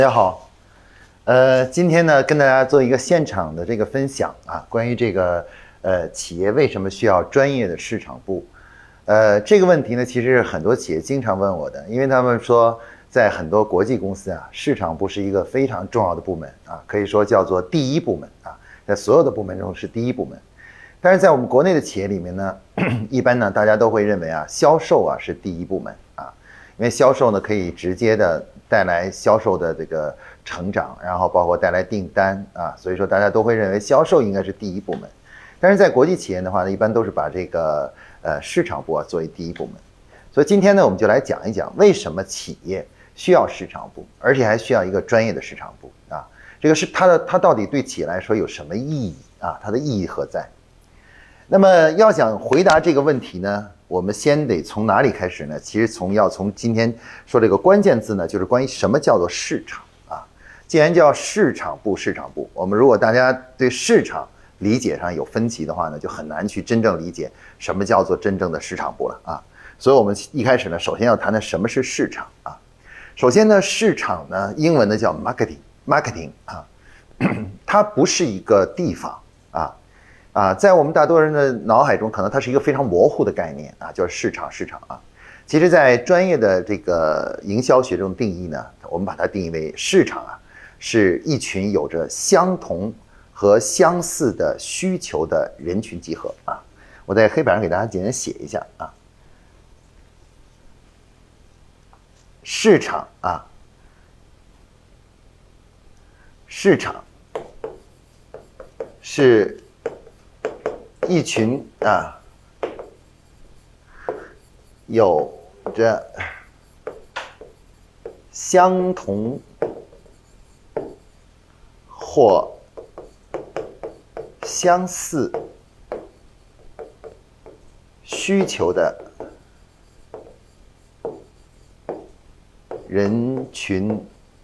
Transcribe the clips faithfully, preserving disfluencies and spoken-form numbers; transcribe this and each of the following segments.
大家好，呃，今天呢跟大家做一个现场的这个分享啊，关于这个呃企业为什么需要专业的市场部，呃这个问题呢，其实是很多企业经常问我的，因为他们说在很多国际公司啊，市场部是一个非常重要的部门啊，可以说叫做第一部门啊，在所有的部门中是第一部门。但是在我们国内的企业里面呢，一般呢大家都会认为啊，销售啊是第一部门啊，因为销售呢可以直接的带来销售的这个成长，然后包括带来订单啊，所以说大家都会认为销售应该是第一部门。但是在国际企业的话呢，一般都是把这个呃市场部啊作为第一部门。所以今天呢，我们就来讲一讲为什么企业需要市场部，而且还需要一个专业的市场部啊。这个是它的它到底对企业来说有什么意义啊？它的意义何在？那么要想回答这个问题呢，我们先得从哪里开始呢？其实从要从今天说这个关键字呢，就是关于什么叫做市场啊。既然叫市场部，市场部，我们如果大家对市场理解上有分歧的话呢，就很难去真正理解什么叫做真正的市场部了啊。所以我们一开始呢，首先要谈谈什么是市场啊。首先呢，市场呢，英文呢叫 marketing，marketing 啊，它不是一个地方啊。啊，在我们大多人的脑海中，可能它是一个非常模糊的概念啊，叫市场，市场啊。其实，在专业的这个营销学中定义呢，我们把它定义为市场啊，是一群有着相同和相似的需求的人群集合啊。我在黑板上给大家简单写一下啊，市场啊，市场是一群啊有着相同或相似需求的人群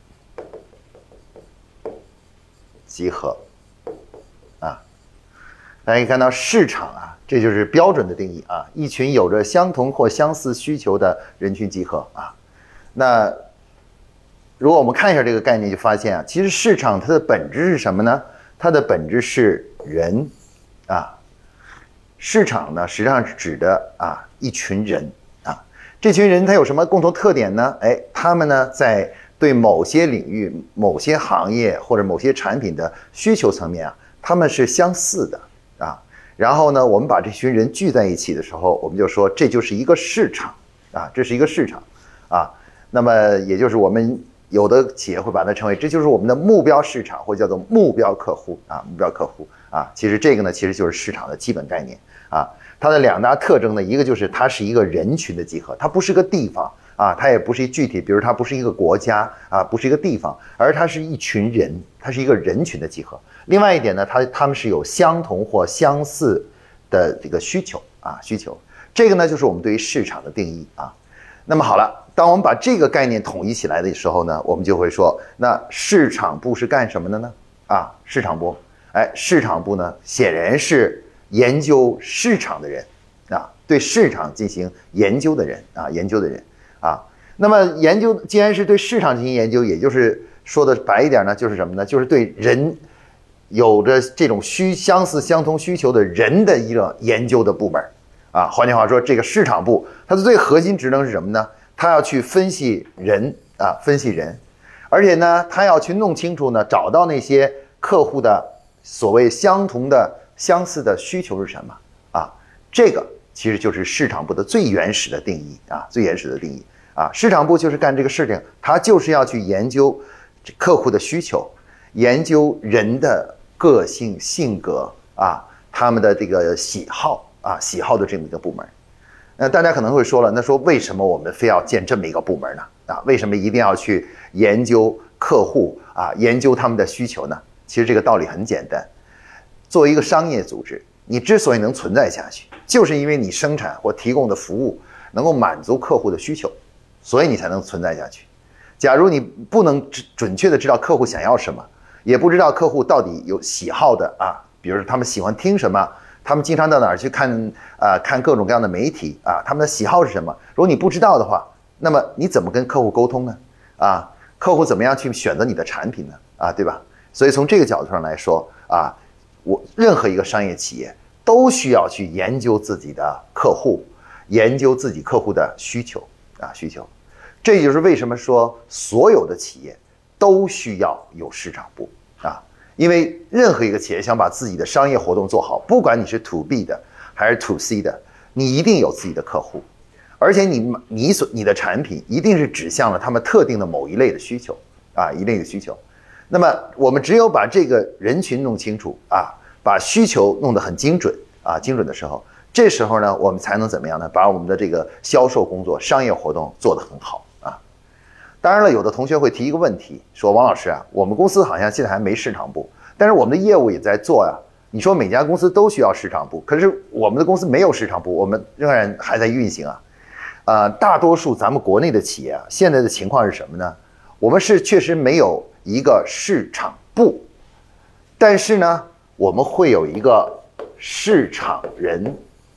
集合啊。大家可以看到市场啊，这就是标准的定义啊，一群有着相同或相似需求的人群集合啊。那如果我们看一下这个概念，就发现啊，其实市场它的本质是什么呢？它的本质是人啊。市场呢，实际上是指的啊一群人啊。这群人他有什么共同特点呢？哎，他们呢在对某些领域、某些行业或者某些产品的需求层面啊，他们是相似的。啊，然后呢，我们把这群人聚在一起的时候，我们就说这就是一个市场啊，这是一个市场啊。那么也就是我们有的企业会把它称为这就是我们的目标市场，或者叫做目标客户啊，目标客户啊。其实这个呢，其实就是市场的基本概念啊。它的两大特征呢，一个就是它是一个人群的集合，它不是个地方啊，它也不是具体，比如它不是一个国家啊，不是一个地方，而它是一群人，它是一个人群的集合。另外一点呢，它它们是有相同或相似的这个需求啊，需求。这个呢，就是我们对于市场的定义啊。那么好了，当我们把这个概念统一起来的时候呢，我们就会说，那市场部是干什么的呢？啊，市场部，哎，市场部呢，显然是研究市场的人啊，对市场进行研究的人啊，研究的人啊。那么研究，既然是对市场进行研究，也就是说的白一点呢，就是什么呢？就是对人有着这种需相似相同需求的人的一个研究的部门啊。换句话说，这个市场部它的最核心职能是什么呢？它要去分析人啊，分析人，而且呢，它要去弄清楚呢，找到那些客户的所谓相同的相似的需求是什么啊。这个其实就是市场部的最原始的定义啊，最原始的定义啊。市场部就是干这个事情，它就是要去研究客户的需求，研究人的个性、性格啊，他们的这个喜好啊，喜好的这么一个部门。那大家可能会说了，那说为什么我们非要建这么一个部门呢？啊，为什么一定要去研究客户啊，研究他们的需求呢？其实这个道理很简单，作为一个商业组织，你之所以能存在下去，就是因为你生产或提供的服务能够满足客户的需求，所以你才能存在下去。假如你不能准确的知道客户想要什么，也不知道客户到底有喜好的啊，比如说他们喜欢听什么，他们经常到哪儿去看啊、呃，看各种各样的媒体啊，他们的喜好是什么？如果你不知道的话，那么你怎么跟客户沟通呢？啊，客客户怎么样去选择你的产品呢？啊，对吧？所以从这个角度上来说啊，我任何一个商业企业都需要去研究自己的客户，研究自己客户的需求啊需求。这就是为什么说所有的企业都需要有市场部啊，因为任何一个企业想把自己的商业活动做好，不管你是 to B 的还是 to C 的，你一定有自己的客户，而且你你所你的产品一定是指向了他们特定的某一类的需求啊，一类的需求。那么我们只有把这个人群弄清楚啊，把需求弄得很精准啊，精准的时候，这时候呢，我们才能怎么样呢？把我们的这个销售工作、商业活动做得很好。当然了，有的同学会提一个问题，说王老师啊，我们公司好像现在还没市场部，但是我们的业务也在做呀。你说每家公司都需要市场部，可是我们的公司没有市场部，我们仍然还在运行啊。呃，大多数咱们国内的企业啊，现在的情况是什么呢？我们是确实没有一个市场部，但是呢，我们会有一个市场人，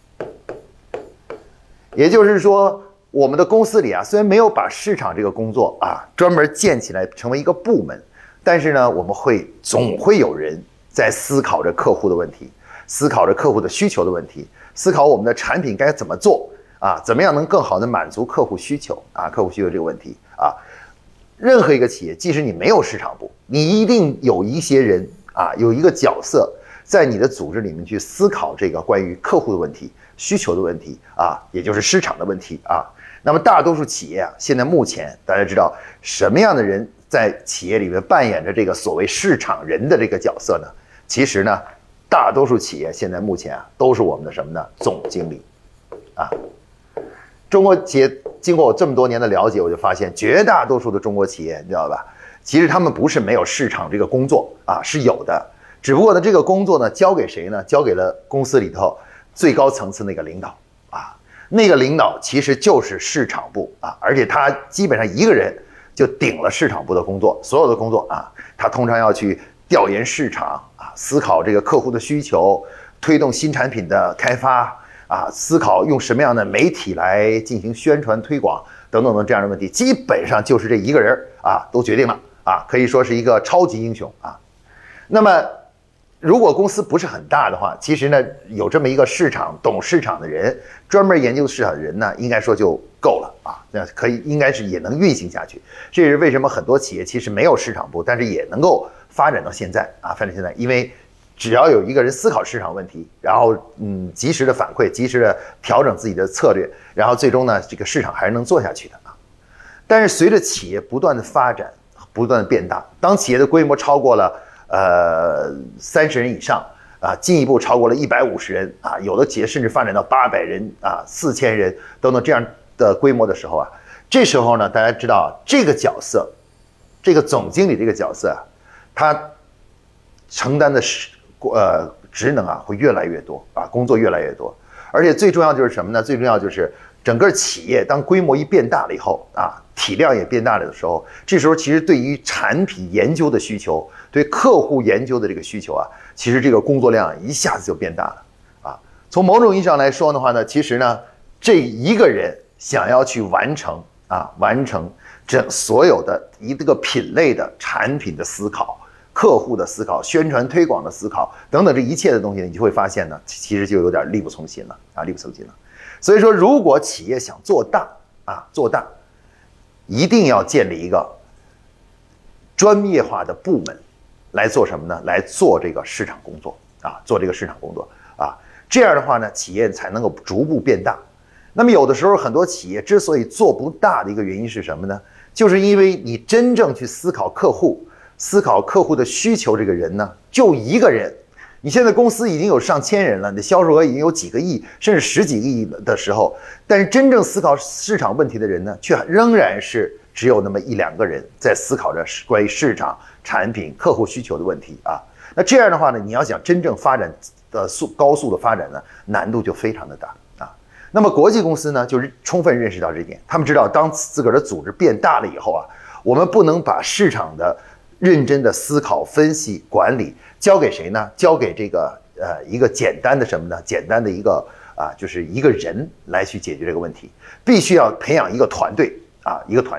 也就是说，我们的公司里啊，虽然没有把市场这个工作啊专门建起来成为一个部门，但是呢，我们会总会有人在思考着客户的问题，思考着客户的需求的问题，思考我们的产品该怎么做啊，怎么样能更好的满足客户需求啊，客户需求这个问题啊。任何一个企业，即使你没有市场部，你一定有一些人啊，有一个角色在你的组织里面去思考这个关于客户的问题、需求的问题啊，也就是市场的问题啊。那么大多数企业啊，现在目前大家知道什么样的人在企业里面扮演着这个所谓市场人的这个角色呢？其实呢，大多数企业现在目前啊，都是我们的什么呢？总经理啊。中国企业经过我这么多年的了解，我就发现绝大多数的中国企业，你知道吧？其实他们不是没有市场这个工作啊，是有的。只不过呢，这个工作呢，交给谁呢？交给了公司里头最高层次那个领导啊。那个领导其实就是市场部啊，而且他基本上一个人就顶了市场部的工作，所有的工作啊，他通常要去调研市场啊，思考这个客户的需求，推动新产品的开发啊，思考用什么样的媒体来进行宣传推广等等等这样的问题，基本上就是这一个人啊都决定了啊，可以说是一个超级英雄啊。那么如果公司不是很大的话，其实呢，有这么一个市场懂市场的人，专门研究市场的人呢，应该说就够了啊，那可以应该是也能运行下去。这也是为什么很多企业其实没有市场部，但是也能够发展到现在啊，发展现在，因为只要有一个人思考市场问题，然后嗯，及时的反馈，及时的调整自己的策略，然后最终呢，这个市场还是能做下去的啊。但是随着企业不断的发展，不断的变大，当企业的规模超过了呃，三十人以上啊，进一步超过了一百五十人啊，有的企业甚至发展到八百人啊、四千人等等这样的规模的时候啊，这时候呢，大家知道这个角色，这个总经理这个角色啊，他承担的是呃职能啊会越来越多啊，工作越来越多，而且最重要就是什么呢？最重要就是整个企业当规模一变大了以后啊，体量也变大了的时候，这时候其实对于产品研究的需求，对客户研究的这个需求啊，其实这个工作量一下子就变大了啊。从某种意义上来说的话呢，其实呢，这一个人想要去完成啊，完成这所有的一个品类的产品的思考、客户的思考、宣传推广的思考等等这一切的东西，你就会发现呢，其实就有点力不从心了啊，力不从心了。所以说，如果企业想做大啊，做大，一定要建立一个专业化的部门来做什么呢？来做这个市场工作啊，做这个市场工作啊。这样的话呢，企业才能够逐步变大。那么有的时候，很多企业之所以做不大的一个原因是什么呢？就是因为你真正去思考客户、思考客户的需求，这个人呢，就一个人。你现在公司已经有上千人了，你的销售额已经有几个亿，甚至十几个亿的时候，但是真正思考市场问题的人呢，却仍然是只有那么一两个人在思考着关于市场、产品、客户需求的问题啊。那这样的话呢，你要想真正发展的速高速的发展呢，难度就非常的大啊。那么国际公司呢，就是充分认识到这点，他们知道当自个儿的组织变大了以后啊，我们不能把市场的认真的思考、分析、管理交给谁呢？交给这个呃一个简单的什么呢？简单的一个啊，就是一个人来去解决这个问题，必须要培养一个团队啊，一个团队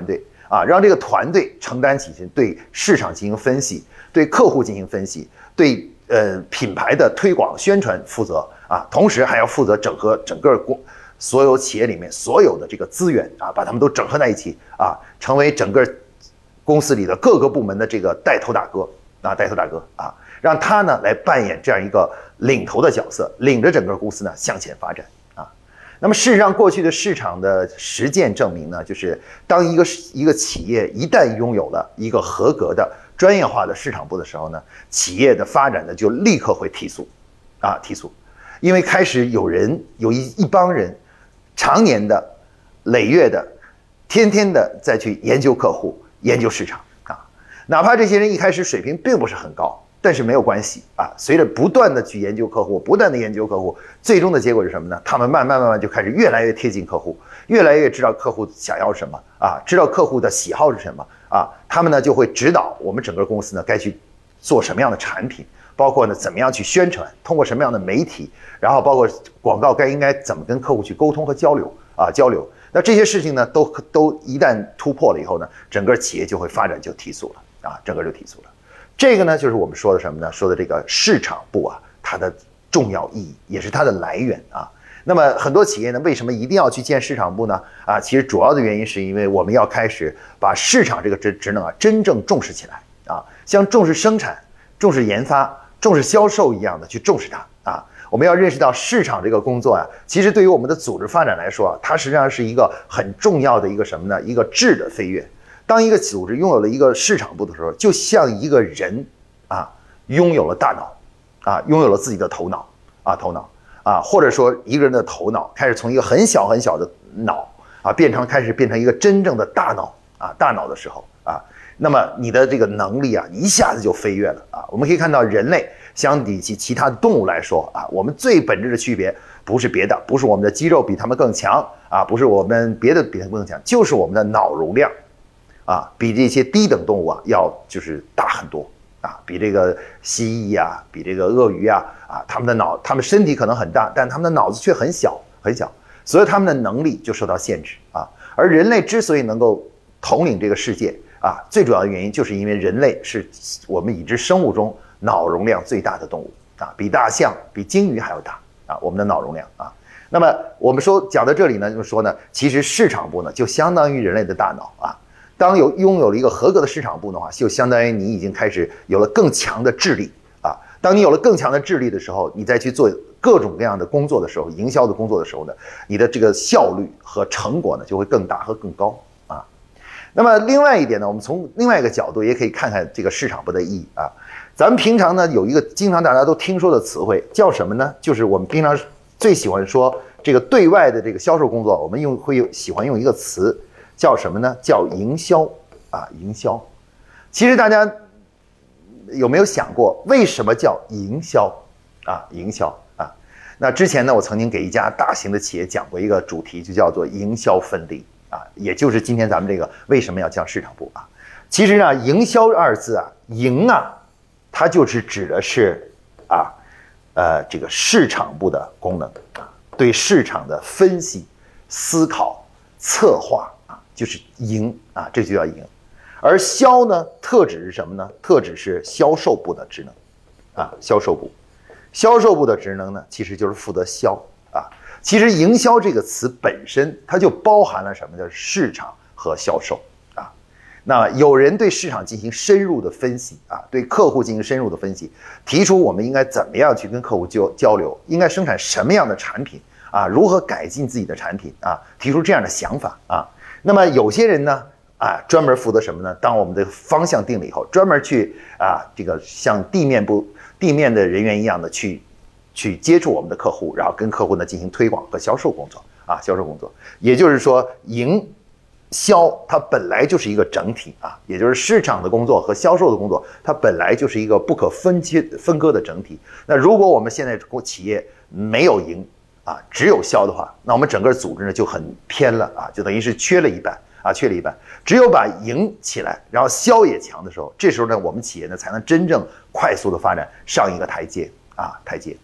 啊，让这个团队承担起对市场进行分析，对客户进行分析，对呃品牌的推广宣传负责啊，同时还要负责整合整个公所有企业里面所有的这个资源啊，把他们都整合在一起啊，成为整个公司里的各个部门的这个带头大哥啊，带头大哥啊，让他呢来扮演这样一个领头的角色，领着整个公司呢向前发展啊。那么事实上，过去的市场的实践证明呢，就是当一个一个企业一旦拥有了一个合格的专业化的市场部的时候呢，企业的发展呢就立刻会提速啊，提速，因为开始有人有一一帮人常年的、累月的、天天的再去研究客户、研究市场啊，哪怕这些人一开始水平并不是很高，但是没有关系啊。随着不断的去研究客户，不断的研究客户，最终的结果是什么呢？他们慢慢慢慢就开始越来越贴近客户，越来越知道客户想要什么啊，知道客户的喜好是什么啊。他们呢就会指导我们整个公司呢该去做什么样的产品。包括呢，怎么样去宣传，通过什么样的媒体，然后包括广告该应该怎么跟客户去沟通和交流啊交流。那这些事情呢，都都一旦突破了以后呢，整个企业就会发展就提速了啊，整个就提速了。这个呢，就是我们说的什么呢？说的这个市场部啊，它的重要意义也是它的来源啊。那么很多企业呢，为什么一定要去建市场部呢？啊，其实主要的原因是因为我们要开始把市场这个职职能啊真正重视起来啊，像重视生产、重视研发、重视销售一样的去重视它啊！我们要认识到市场这个工作啊，其实对于我们的组织发展来说啊，它实际上是一个很重要的一个什么呢？一个质的飞跃。当一个组织拥有了一个市场部的时候，就像一个人啊，拥有了大脑啊，拥有了自己的头脑啊，头脑啊，或者说一个人的头脑开始从一个很小很小的脑啊，变成开始变成一个真正的大脑啊，大脑的时候啊。那么你的这个能力啊，一下子就飞跃了啊！我们可以看到，人类相比起其他的动物来说啊，我们最本质的区别不是别的，不是我们的肌肉比他们更强啊，不是我们别的比他们更强，就是我们的脑容量啊，比这些低等动物啊要就是大很多啊，比这个蜥蜴啊，比这个鳄鱼啊啊，他们的脑，他们身体可能很大，但他们的脑子却很小很小，所以他们的能力就受到限制啊。而人类之所以能够统领这个世界，啊，最主要的原因就是因为人类是我们已知生物中脑容量最大的动物啊，比大象、比鲸鱼还要大啊，我们的脑容量啊。那么我们说讲到这里呢，就是说呢，其实市场部呢就相当于人类的大脑啊。当有拥有了一个合格的市场部的话，就相当于你已经开始有了更强的智力啊。当你有了更强的智力的时候，你再去做各种各样的工作的时候，营销的工作的时候呢，你的这个效率和成果呢就会更大和更高。那么另外一点呢，我们从另外一个角度也可以看看这个市场部的意义啊。咱们平常呢有一个经常大家都听说的词汇叫什么呢？就是我们平常最喜欢说这个对外的这个销售工作，我们用会有喜欢用一个词叫什么呢？叫营销啊，营销。其实大家有没有想过为什么叫营销啊？营销啊？那之前呢，我曾经给一家大型的企业讲过一个主题，就叫做营销分离。啊，也就是今天咱们这个为什么要降市场部啊？其实呢，营销二字啊，营啊，它就是指的是啊，呃，这个市场部的功能啊，对市场的分析、思考、策划啊，就是营啊，这就叫营。而销呢，特指是什么呢？特指是销售部的职能啊，销售部，销售部的职能呢，其实就是负责销啊。其实营销这个词本身，它就包含了什么叫市场和销售啊。那有人对市场进行深入的分析啊，对客户进行深入的分析，提出我们应该怎么样去跟客户交交流，应该生产什么样的产品啊，如何改进自己的产品啊，提出这样的想法啊。那么有些人呢啊，专门负责什么呢？当我们的方向定了以后，专门去啊，这个像地面部地面的人员一样的去。去接触我们的客户，然后跟客户呢进行推广和销售工作啊，销售工作，也就是说，营销它本来就是一个整体啊，也就是市场的工作和销售的工作，它本来就是一个不可分切分割的整体。那如果我们现在企业没有营啊，只有销的话，那我们整个组织呢就很偏了啊，就等于是缺了一半啊，缺了一半。只有把营起来，然后销也强的时候，这时候呢，我们企业呢才能真正快速的发展上一个台阶啊，台阶。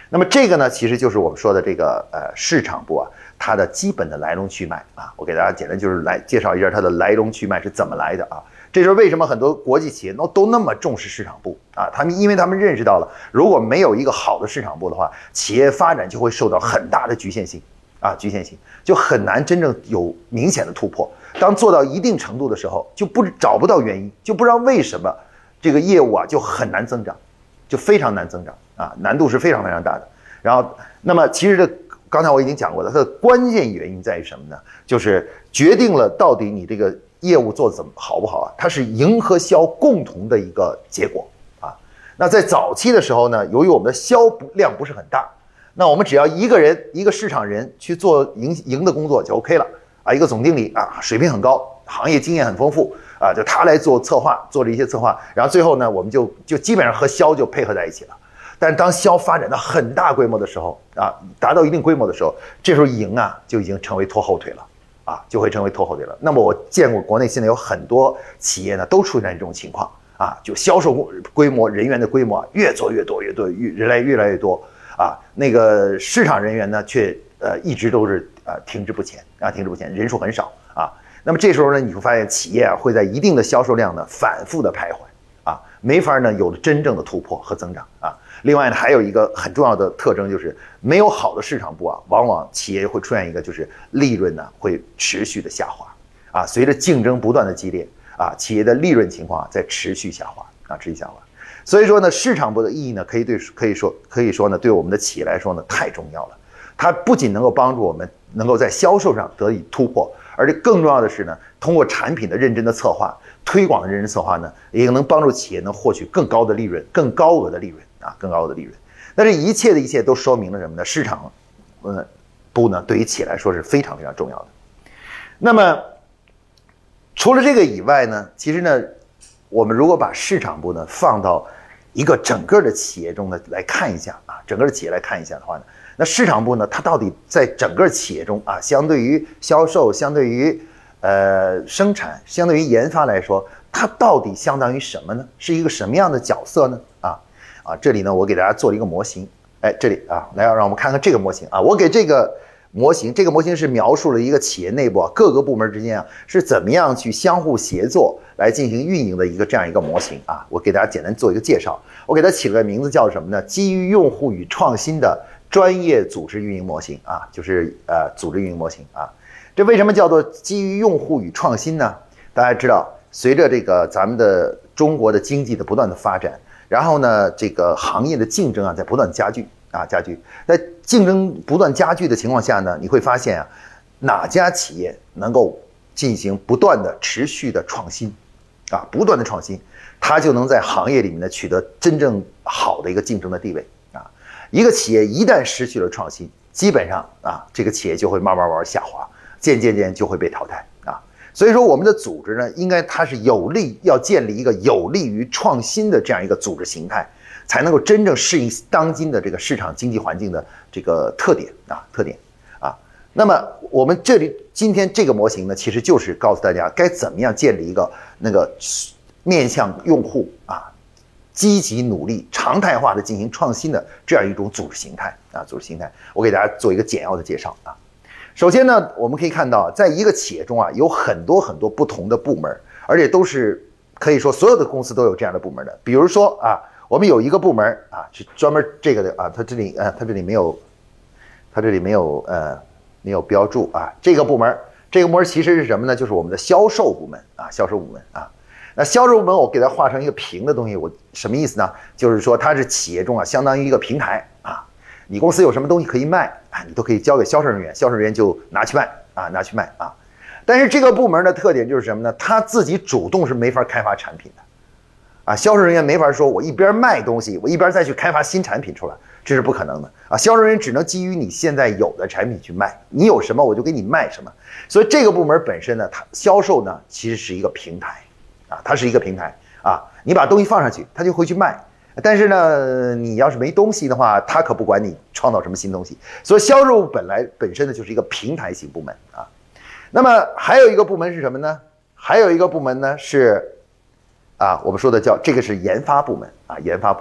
那么这个呢，其实就是我们说的这个呃市场部啊，它的基本的来龙去脉啊。我给大家简单就是来介绍一下它的来龙去脉是怎么来的啊。这就是为什么很多国际企业都都那么重视市场部啊，他们因为他们认识到了，如果没有一个好的市场部的话，企业发展就会受到很大的局限性啊，局限性就很难真正有明显的突破。当做到一定程度的时候，就不找不到原因，就不知道为什么这个业务啊就很难增长，就非常难增长啊，难度是非常非常大的。然后，那么其实这刚才我已经讲过了，它的关键原因在于什么呢？就是决定了到底你这个业务做得怎么好不好啊？它是赢和销共同的一个结果啊。那在早期的时候呢，由于我们的销量不是很大，那我们只要一个人一个市场人去做赢赢的工作就 OK 了啊。一个总经理啊，水平很高，行业经验很丰富啊，就他来做策划，做了一些策划，然后最后呢，我们就就基本上和销就配合在一起了。但是当销发展到很大规模的时候啊，达到一定规模的时候，这时候赢啊就已经成为拖后腿了。啊，就会成为拖后腿了。那么我见过国内现在有很多企业呢，都出现这种情况啊，就销售规模、人员的规模啊，越做越多，越多，越人来越来越多啊。那个市场人员呢，却呃一直都是呃停滞不前啊，停滞不前，人数很少啊。那么这时候呢，你会发现企业啊会在一定的销售量呢反复的徘徊啊，没法呢有了真正的突破和增长啊。另外呢，还有一个很重要的特征就是没有好的市场部啊，往往企业会出现一个就是利润呢会持续的下滑啊，随着竞争不断的激烈啊，企业的利润情况啊在持续下滑啊，持续下滑。所以说呢，市场部的意义呢，可以对可以说可以说呢，对我们的企业来说呢太重要了。它不仅能够帮助我们能够在销售上得以突破，而且更重要的是呢，通过产品的认真的策划、推广的认真策划呢，也能帮助企业能获取更高的利润、更高额的利润。啊，更高的利润，但是一切的一切都说明了什么呢？市场，呃，部呢对于企业来说是非常非常重要的。那么，除了这个以外呢，其实呢，我们如果把市场部呢放到一个整个的企业中呢来看一下啊，整个的企业来看一下的话呢，那市场部呢它到底在整个企业中啊，相对于销售、相对于呃生产、相对于研发来说，它到底相当于什么呢？是一个什么样的角色呢？啊？啊，这里呢，我给大家做了一个模型，哎，这里啊，来让我们看看这个模型啊，我给这个模型，这个模型是描述了一个企业内部啊各个部门之间啊是怎么样去相互协作来进行运营的一个这样一个模型啊，我给大家简单做一个介绍，我给它起了个名字叫什么呢？基于用户与创新的专业组织运营模型啊，就是呃组织运营模型啊，这为什么叫做基于用户与创新呢？大家知道，随着这个咱们的中国的经济的不断的发展。然后呢，这个行业的竞争啊，在不断加剧啊，加剧。在竞争不断加剧的情况下呢，你会发现啊，哪家企业能够进行不断的、持续的创新，啊，不断的创新，它就能在行业里面呢取得真正好的一个竞争的地位啊。一个企业一旦失去了创新，基本上啊，这个企业就会慢慢慢慢下滑，渐渐渐就会被淘汰啊。所以说，我们的组织呢，应该它是有利要建立一个有利于创新的这样一个组织形态，才能够真正适应当今的这个市场经济环境的这个特点啊，特点啊。那么我们这里今天这个模型呢，其实就是告诉大家该怎么样建立一个那个面向用户啊，积极努力、常态化的进行创新的这样一种组织形态啊，组织形态。我给大家做一个简要的介绍啊。首先呢，我们可以看到，在一个企业中啊，有很多很多不同的部门，而且都是可以说所有的公司都有这样的部门的。比如说啊，我们有一个部门啊，是专门这个的啊，它这里呃，它这里没有，它这里没有呃，没有标注啊。这个部门，这个部门其实是什么呢？就是我们的销售部门啊，销售部门啊。那销售部门我给它画成一个平的东西，我什么意思呢？就是说它是企业中啊，相当于一个平台啊。你公司有什么东西可以卖啊，你都可以交给销售人员，销售人员就拿去卖啊，拿去卖啊。但是这个部门的特点就是什么呢？他自己主动是没法开发产品的啊，销售人员没法说我一边卖东西，我一边再去开发新产品出来，这是不可能的啊。销售人员只能基于你现在有的产品去卖，你有什么我就给你卖什么。所以这个部门本身呢，它销售呢其实是一个平台啊，它是一个平台啊，你把东西放上去，它就会去卖。但是呢，你要是没东西的话，他可不管你创造什么新东西。所以销售本来本身呢就是一个平台型部门啊。那么还有一个部门是什么呢？还有一个部门呢是啊，我们说的叫这个是研发部门啊，研发部。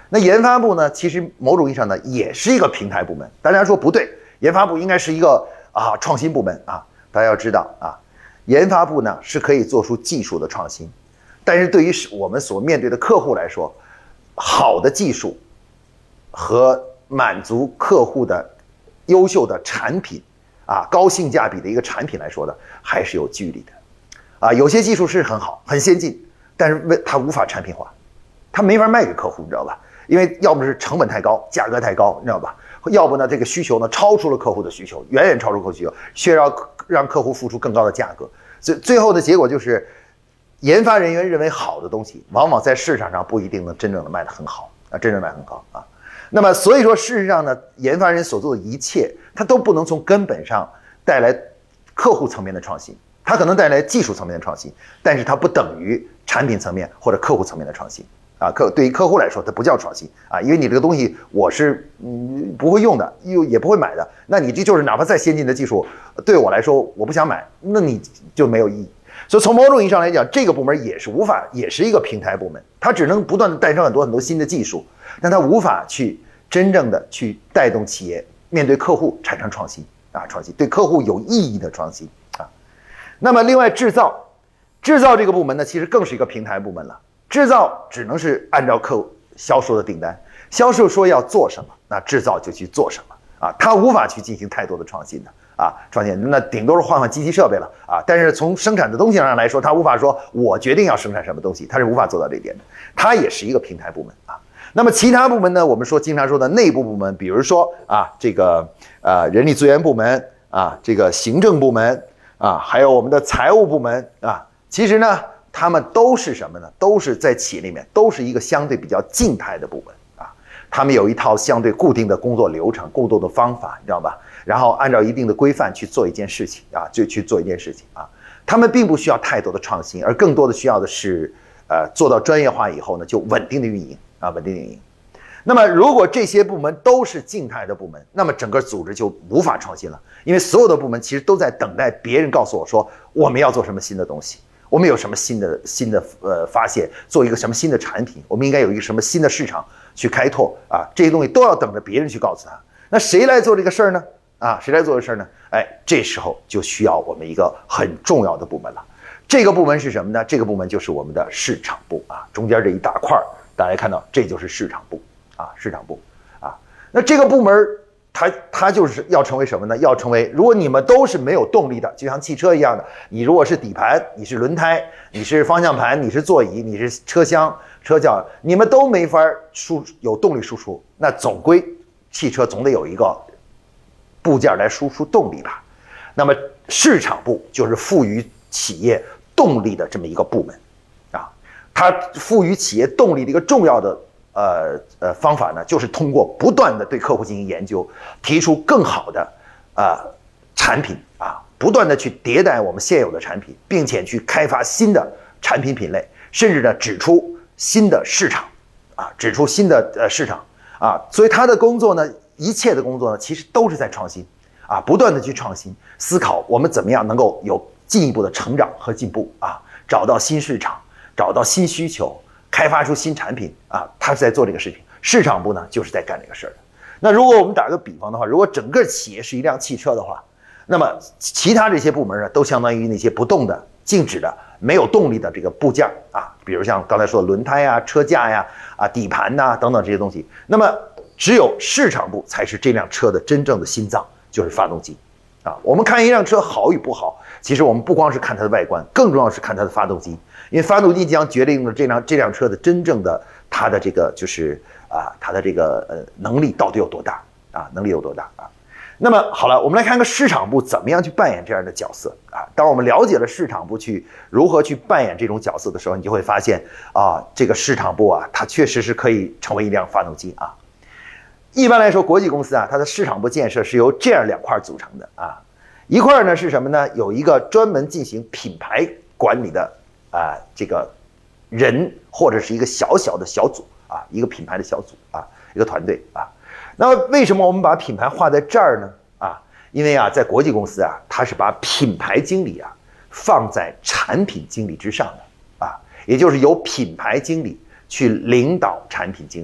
那研发部呢，其实某种意义上呢，也是一个平台部门。大家说不对，研发部应该是一个啊创新部门啊。大家要知道啊，研发部呢是可以做出技术的创新，但是对于我们所面对的客户来说，好的技术和满足客户的优秀的产品啊，高性价比的一个产品来说呢，还是有距离的。啊，有些技术是很好、很先进，但是为它无法产品化，它没法卖给客户，你知道吧？因为要么是成本太高，价格太高，你知道吧？要不呢，这个需求呢超出了客户的需求，远远超出客户需求，需要让客户付出更高的价格。最最后的结果就是，研发人员认为好的东西，往往在市场上不一定能真正的卖得很好啊，真正卖很高啊。那么所以说，事实上呢，研发人所做的一切，它都不能从根本上带来客户层面的创新。它可能带来技术层面的创新，但是它不等于产品层面或者客户层面的创新啊。客对于客户来说，它不叫创新啊，因为你这个东西我是嗯不会用的，又也不会买的，那你这就是哪怕再先进的技术，对我来说我不想买，那你就没有意义。所以从某种意义上来讲，这个部门也是无法，也是一个平台部门，它只能不断的诞生很多很多新的技术，但它无法去真正的去带动企业面对客户产生创新啊，创新对客户有意义的创新。那么，另外制造，制造这个部门呢，其实更是一个平台部门了。制造只能是按照客户销售的订单，销售说要做什么，那制造就去做什么啊，它无法去进行太多的创新的啊，创新那顶多是换换机器设备了啊。但是从生产的东西上来说，它无法说我决定要生产什么东西，它是无法做到这一点的。它也是一个平台部门啊。那么其他部门呢，我们说经常说的内部部门，比如说啊，这个呃人力资源部门啊，这个行政部门。啊，还有我们的财务部门啊，其实呢，他们都是什么呢？都是在企业里面，都是一个相对比较静态的部门啊。他们有一套相对固定的工作流程、工作的方法，你知道吧？然后按照一定的规范去做一件事情啊，就去做一件事情啊。他们并不需要太多的创新，而更多的需要的是，呃，做到专业化以后呢，就稳定的运营啊，稳定的运营。那么，如果这些部门都是静态的部门，那么整个组织就无法创新了，因为所有的部门其实都在等待别人告诉我说我们要做什么新的东西，我们有什么新的新的呃发现，做一个什么新的产品，我们应该有一个什么新的市场去开拓啊，这些东西都要等着别人去告诉他。那谁来做这个事儿呢？啊，谁来做这个事儿呢？哎，这时候就需要我们一个很重要的部门了。这个部门是什么呢？这个部门就是我们的市场部啊，中间这一大块儿，大家看到这就是市场部。啊，市场部，啊，那这个部门它它就是要成为什么呢？要成为，如果你们都是没有动力的，就像汽车一样的，你如果是底盘，你是轮胎，你是方向盘，你是座椅，你是车厢、车脚，你们都没法输有动力输出，那总归汽车总得有一个部件来输出动力吧。那么市场部就是赋予企业动力的这么一个部门，啊，它赋予企业动力的一个重要的。呃呃，方法呢，就是通过不断的对客户进行研究，提出更好的呃产品啊，不断的去迭代我们现有的产品，并且去开发新的产品品类，甚至呢指出新的市场啊，指出新的呃市场啊，所以他的工作呢，一切的工作呢，其实都是在创新啊，不断的去创新，思考我们怎么样能够有进一步的成长和进步啊，找到新市场，找到新需求。开发出新产品啊，他是在做这个事情。市场部呢，就是在干这个事儿的。那如果我们打个比方的话，如果整个企业是一辆汽车的话，那么其他这些部门呢，都相当于那些不动的、静止的、没有动力的这个部件啊，比如像刚才说的轮胎啊、车架呀、啊、底盘呐、啊、等等这些东西。那么只有市场部才是这辆车的真正的心脏，就是发动机啊。我们看一辆车好与不好，其实我们不光是看它的外观，更重要是看它的发动机。因为发动机将决定了这辆这辆车的真正的它的这个就是啊它的这个呃能力到底有多大啊能力有多大啊。那么好了，我们来看看市场部怎么样去扮演这样的角色啊。当我们了解了市场部去如何去扮演这种角色的时候，你就会发现啊，这个市场部啊，它确实是可以成为一辆发动机啊。一般来说，国际公司啊，它的市场部建设是由这样两块组成的啊。一块呢是什么呢？有一个专门进行品牌管理的。啊、呃，这个人或者是一个小小的小组啊，一个品牌的小组啊，一个团队啊。那么为什么我们把品牌画在这儿呢？啊，因为啊，在国际公司啊，它是把品牌经理啊放在产品经理之上的啊，也就是由品牌经理去领导产品经理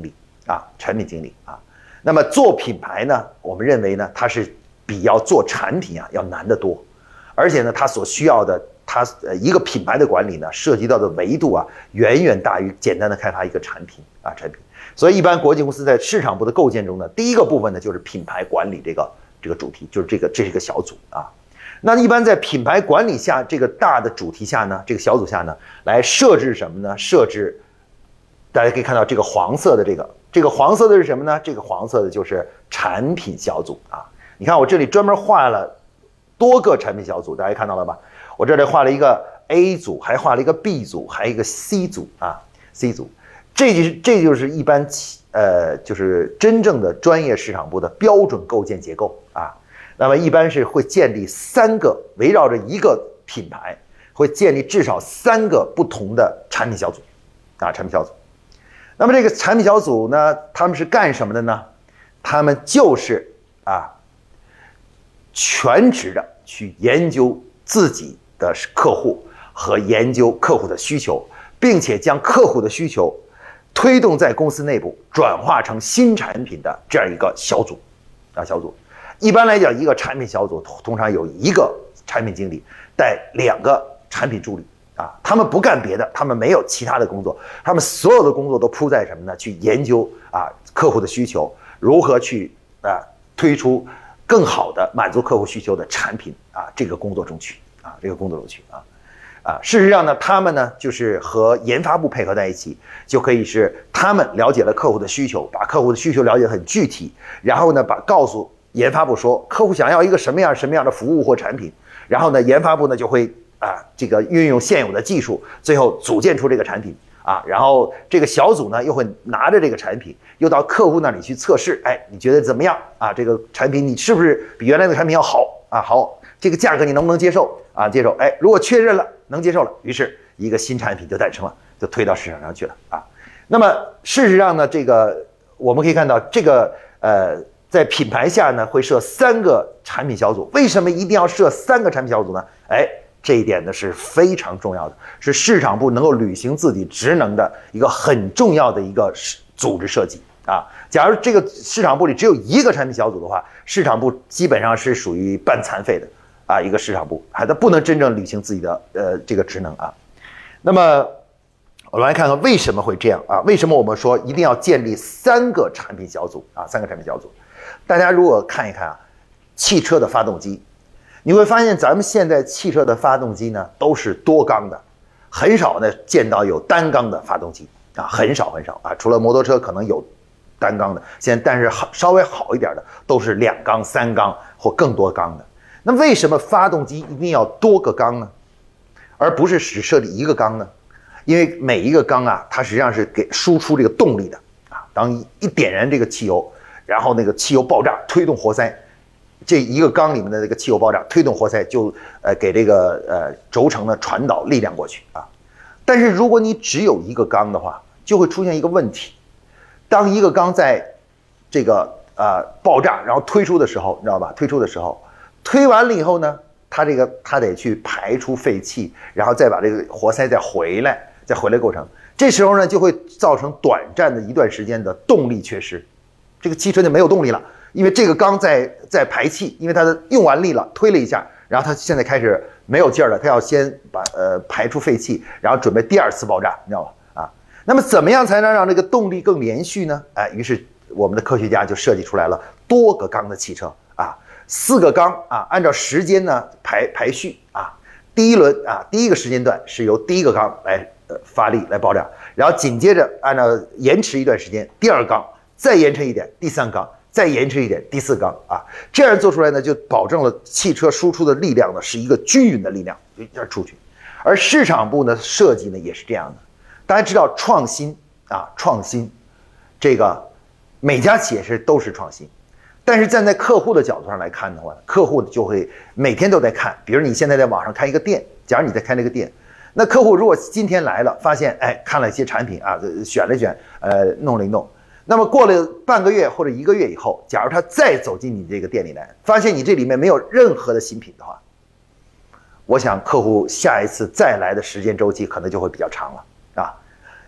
啊，产品经理啊。那么做品牌呢，我们认为呢，它是比要做产品啊要难得多，而且呢，它所需要的，它呃一个品牌的管理呢，涉及到的维度啊，远远大于简单的开发一个产品啊产品。所以一般国际公司在市场部的构建中呢，第一个部分呢就是品牌管理这个这个主题，就是这个这是一个小组啊。那一般在品牌管理下这个大的主题下呢，这个小组下呢，来设置什么呢？设置，大家可以看到这个黄色的这个，这个黄色的是什么呢？这个黄色的就是产品小组啊。你看我这里专门画了多个产品小组，大家看到了吧？我这里画了一个 A 组，还画了一个 B 组，还有一个 C 组啊 ，C 组，这就是这就是一般呃就是真正的专业市场部的标准构建结构啊。那么一般是会建立三个，围绕着一个品牌，会建立至少三个不同的产品小组，啊，产品小组。那么这个产品小组呢，他们是干什么的呢？他们就是啊，全职的去研究自己的客户和研究客户的需求，并且将客户的需求推动在公司内部，转化成新产品的这样一个小组，啊，小组。一般来讲，一个产品小组通常有一个产品经理带两个产品助理啊，他们不干别的，他们没有其他的工作，他们所有的工作都扑在什么呢？去研究啊客户的需求，如何去啊推出更好的满足客户需求的产品啊这个工作中去啊这个工作中去啊啊，事实上呢，他们呢就是和研发部配合在一起，就可以是他们了解了客户的需求，把客户的需求了解得很具体，然后呢把告诉研发部说客户想要一个什么样什么样的服务或产品，然后呢研发部呢就会啊这个运用现有的技术，最后组建出这个产品啊，然后这个小组呢又会拿着这个产品又到客户那里去测试，哎，你觉得怎么样啊？这个产品你是不是比原来的产品要好啊？好，这个价格你能不能接受啊？接受，哎，如果确认了能接受了，于是一个新产品就诞生了，就推到市场上去了啊。那么事实上呢，这个我们可以看到这个呃。在品牌下呢，会设三个产品小组。为什么一定要设三个产品小组呢？哎，这一点呢是非常重要的，是市场部能够履行自己职能的一个很重要的一个组织设计啊。假如这个市场部里只有一个产品小组的话，市场部基本上是属于半残废的啊一个市场部，还它不能真正履行自己的呃这个职能啊。那么我们来看看为什么会这样啊？为什么我们说一定要建立三个产品小组啊？三个产品小组。大家如果看一看啊，汽车的发动机，你会发现咱们现在汽车的发动机呢都是多缸的，很少呢见到有单缸的发动机啊，很少很少啊，除了摩托车可能有单缸的，现在但是好稍微好一点的都是两缸、三缸或更多缸的。那为什么发动机一定要多个缸呢？而不是只设立一个缸呢？因为每一个缸啊，它实际上是给输出这个动力的啊，当一一点燃这个汽油。然后那个汽油爆炸推动活塞，这一个缸里面的这个汽油爆炸推动活塞就呃给这个呃轴承呢传导力量过去啊。但是如果你只有一个缸的话，就会出现一个问题，当一个缸在这个呃爆炸然后推出的时候，你知道吧？推出的时候，推完了以后呢，它这个它得去排出废气，然后再把这个活塞再回来，再回来过程，这时候呢就会造成短暂的一段时间的动力缺失。这个汽车就没有动力了，因为这个缸在在排气，因为它的用完力了，推了一下，然后它现在开始没有劲儿了，它要先把呃排出废气，然后准备第二次爆炸，你知道吧？啊，那么怎么样才能让这个动力更连续呢？哎，于是我们的科学家就设计出来了多个缸的汽车啊，四个缸啊，按照时间呢排排序啊，第一轮啊第一个时间段是由第一个缸来呃发力来爆炸，然后紧接着按照延迟一段时间，第二缸。再延迟一点，第三缸；再延迟一点，第四缸啊，这样做出来呢，就保证了汽车输出的力量呢是一个均匀的力量，就这样出去。而市场部呢设计呢也是这样的。大家知道创新啊，创新，这个每家企业是都是创新，但是站在客户的角度上来看的话，客户就会每天都在看。比如你现在在网上开一个店，假如你在开那个店，那客户如果今天来了，发现哎看了一些产品啊，选了选，呃弄了一弄。那么过了半个月或者一个月以后，假如他再走进你这个店里来，发现你这里面没有任何的新品的话，我想客户下一次再来的时间周期可能就会比较长了啊。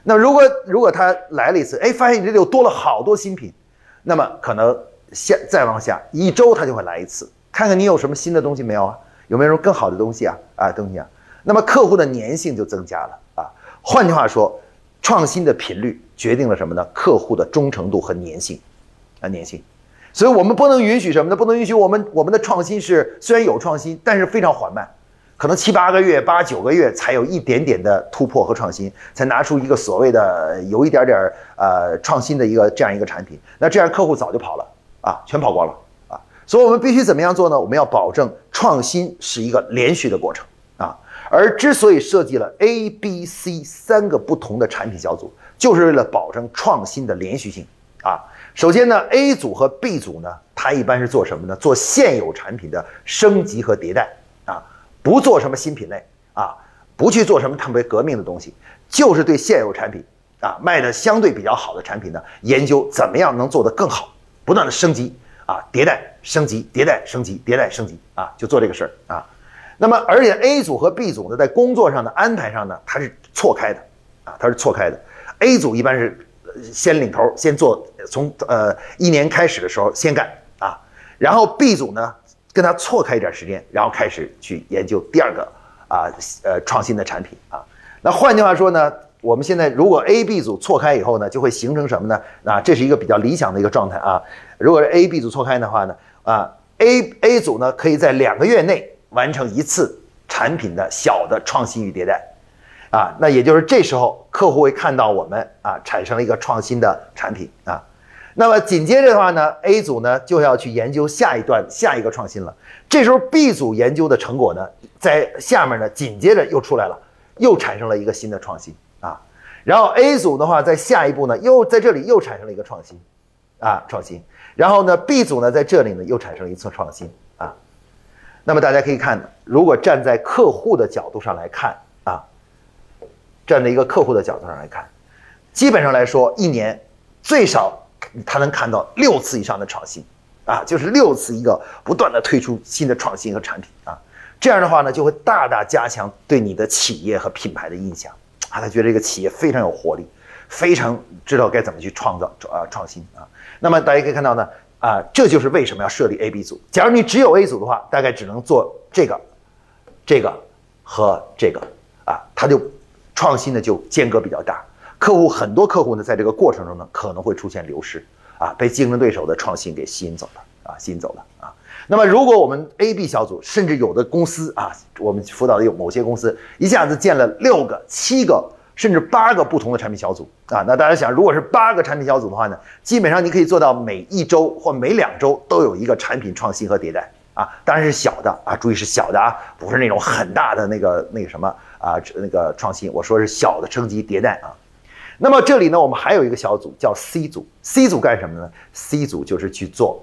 那如果如果他来了一次，哎，发现你这里又多了好多新品，那么可能下再往下一周他就会来一次，看看你有什么新的东西没有啊？有没有什么更好的东西啊？啊，东西啊？那么客户的粘性就增加了啊。换句话说，创新的频率决定了什么呢？客户的忠诚度和粘性啊，粘性。所以我们不能允许什么呢？不能允许我们我们的创新是虽然有创新，但是非常缓慢。可能七八个月、八九个月才有一点点的突破和创新，才拿出一个所谓的有一点点呃创新的一个这样一个产品。那这样客户早就跑了啊，全跑光了啊。所以我们必须怎么样做呢？我们要保证创新是一个连续的过程啊。而之所以设计了 A、B、C 三个不同的产品小组，就是为了保证创新的连续性啊。首先呢 ，A 组和 B 组呢，它一般是做什么呢？做现有产品的升级和迭代啊。不做什么新品类啊，不去做什么特别革命的东西，就是对现有产品啊卖的相对比较好的产品呢，研究怎么样能做得更好，不断的升级啊，迭代升级，迭代升级，迭代升级啊，就做这个事儿啊。那么而且 A 组和 B 组呢，在工作上的安排上呢，它是错开的啊，它是错开的。A 组一般是先领头，先做，从呃一年开始的时候先干啊，然后 B 组呢，跟他错开一点时间，然后开始去研究第二个啊呃创新的产品啊。那换句话说呢，我们现在如果 A、B 组错开以后呢，就会形成什么呢？啊，这是一个比较理想的一个状态啊。如果是 A、B 组错开的话呢，啊 A A 组呢可以在两个月内完成一次产品的小的创新与迭代啊。那也就是这时候客户会看到我们啊产生了一个创新的产品啊。那么紧接着的话呢 ，A 组呢就要去研究下一段下一个创新了。这时候 B 组研究的成果呢，在下面呢紧接着又出来了，又产生了一个新的创新啊。然后 A 组的话，在下一步呢，又在这里又产生了一个创新啊，创新。然后呢 ，B 组呢在这里呢又产生了一次创新啊。那么大家可以看，如果站在客户的角度上来看啊，站在一个客户的角度上来看，基本上来说，一年最少他能看到六次以上的创新啊，就是六次一个不断的推出新的创新和产品啊，这样的话呢，就会大大加强对你的企业和品牌的印象啊，他觉得这个企业非常有活力，非常知道该怎么去创造啊创新啊。那么大家可以看到呢，啊，这就是为什么要设立 A、B 组。假如你只有 A 组的话，大概只能做这个、这个和这个啊，它就创新的就间隔比较大。客户很多客户呢，在这个过程中呢，可能会出现流失啊，被竞争对手的创新给吸引走了啊，吸引走了啊。那么，如果我们 A、B 小组，甚至有的公司啊，我们辅导的有某些公司，一下子建了六个、七个，甚至八个不同的产品小组啊，那大家想，如果是八个产品小组的话呢，基本上你可以做到每一周或每两周都有一个产品创新和迭代啊，当然是小的啊，注意是小的啊，不是那种很大的那个那个什么啊，那个创新，我说是小的升级迭代啊。那么这里呢，我们还有一个小组叫 C 组 ，C 组干什么呢 ？C 组就是去做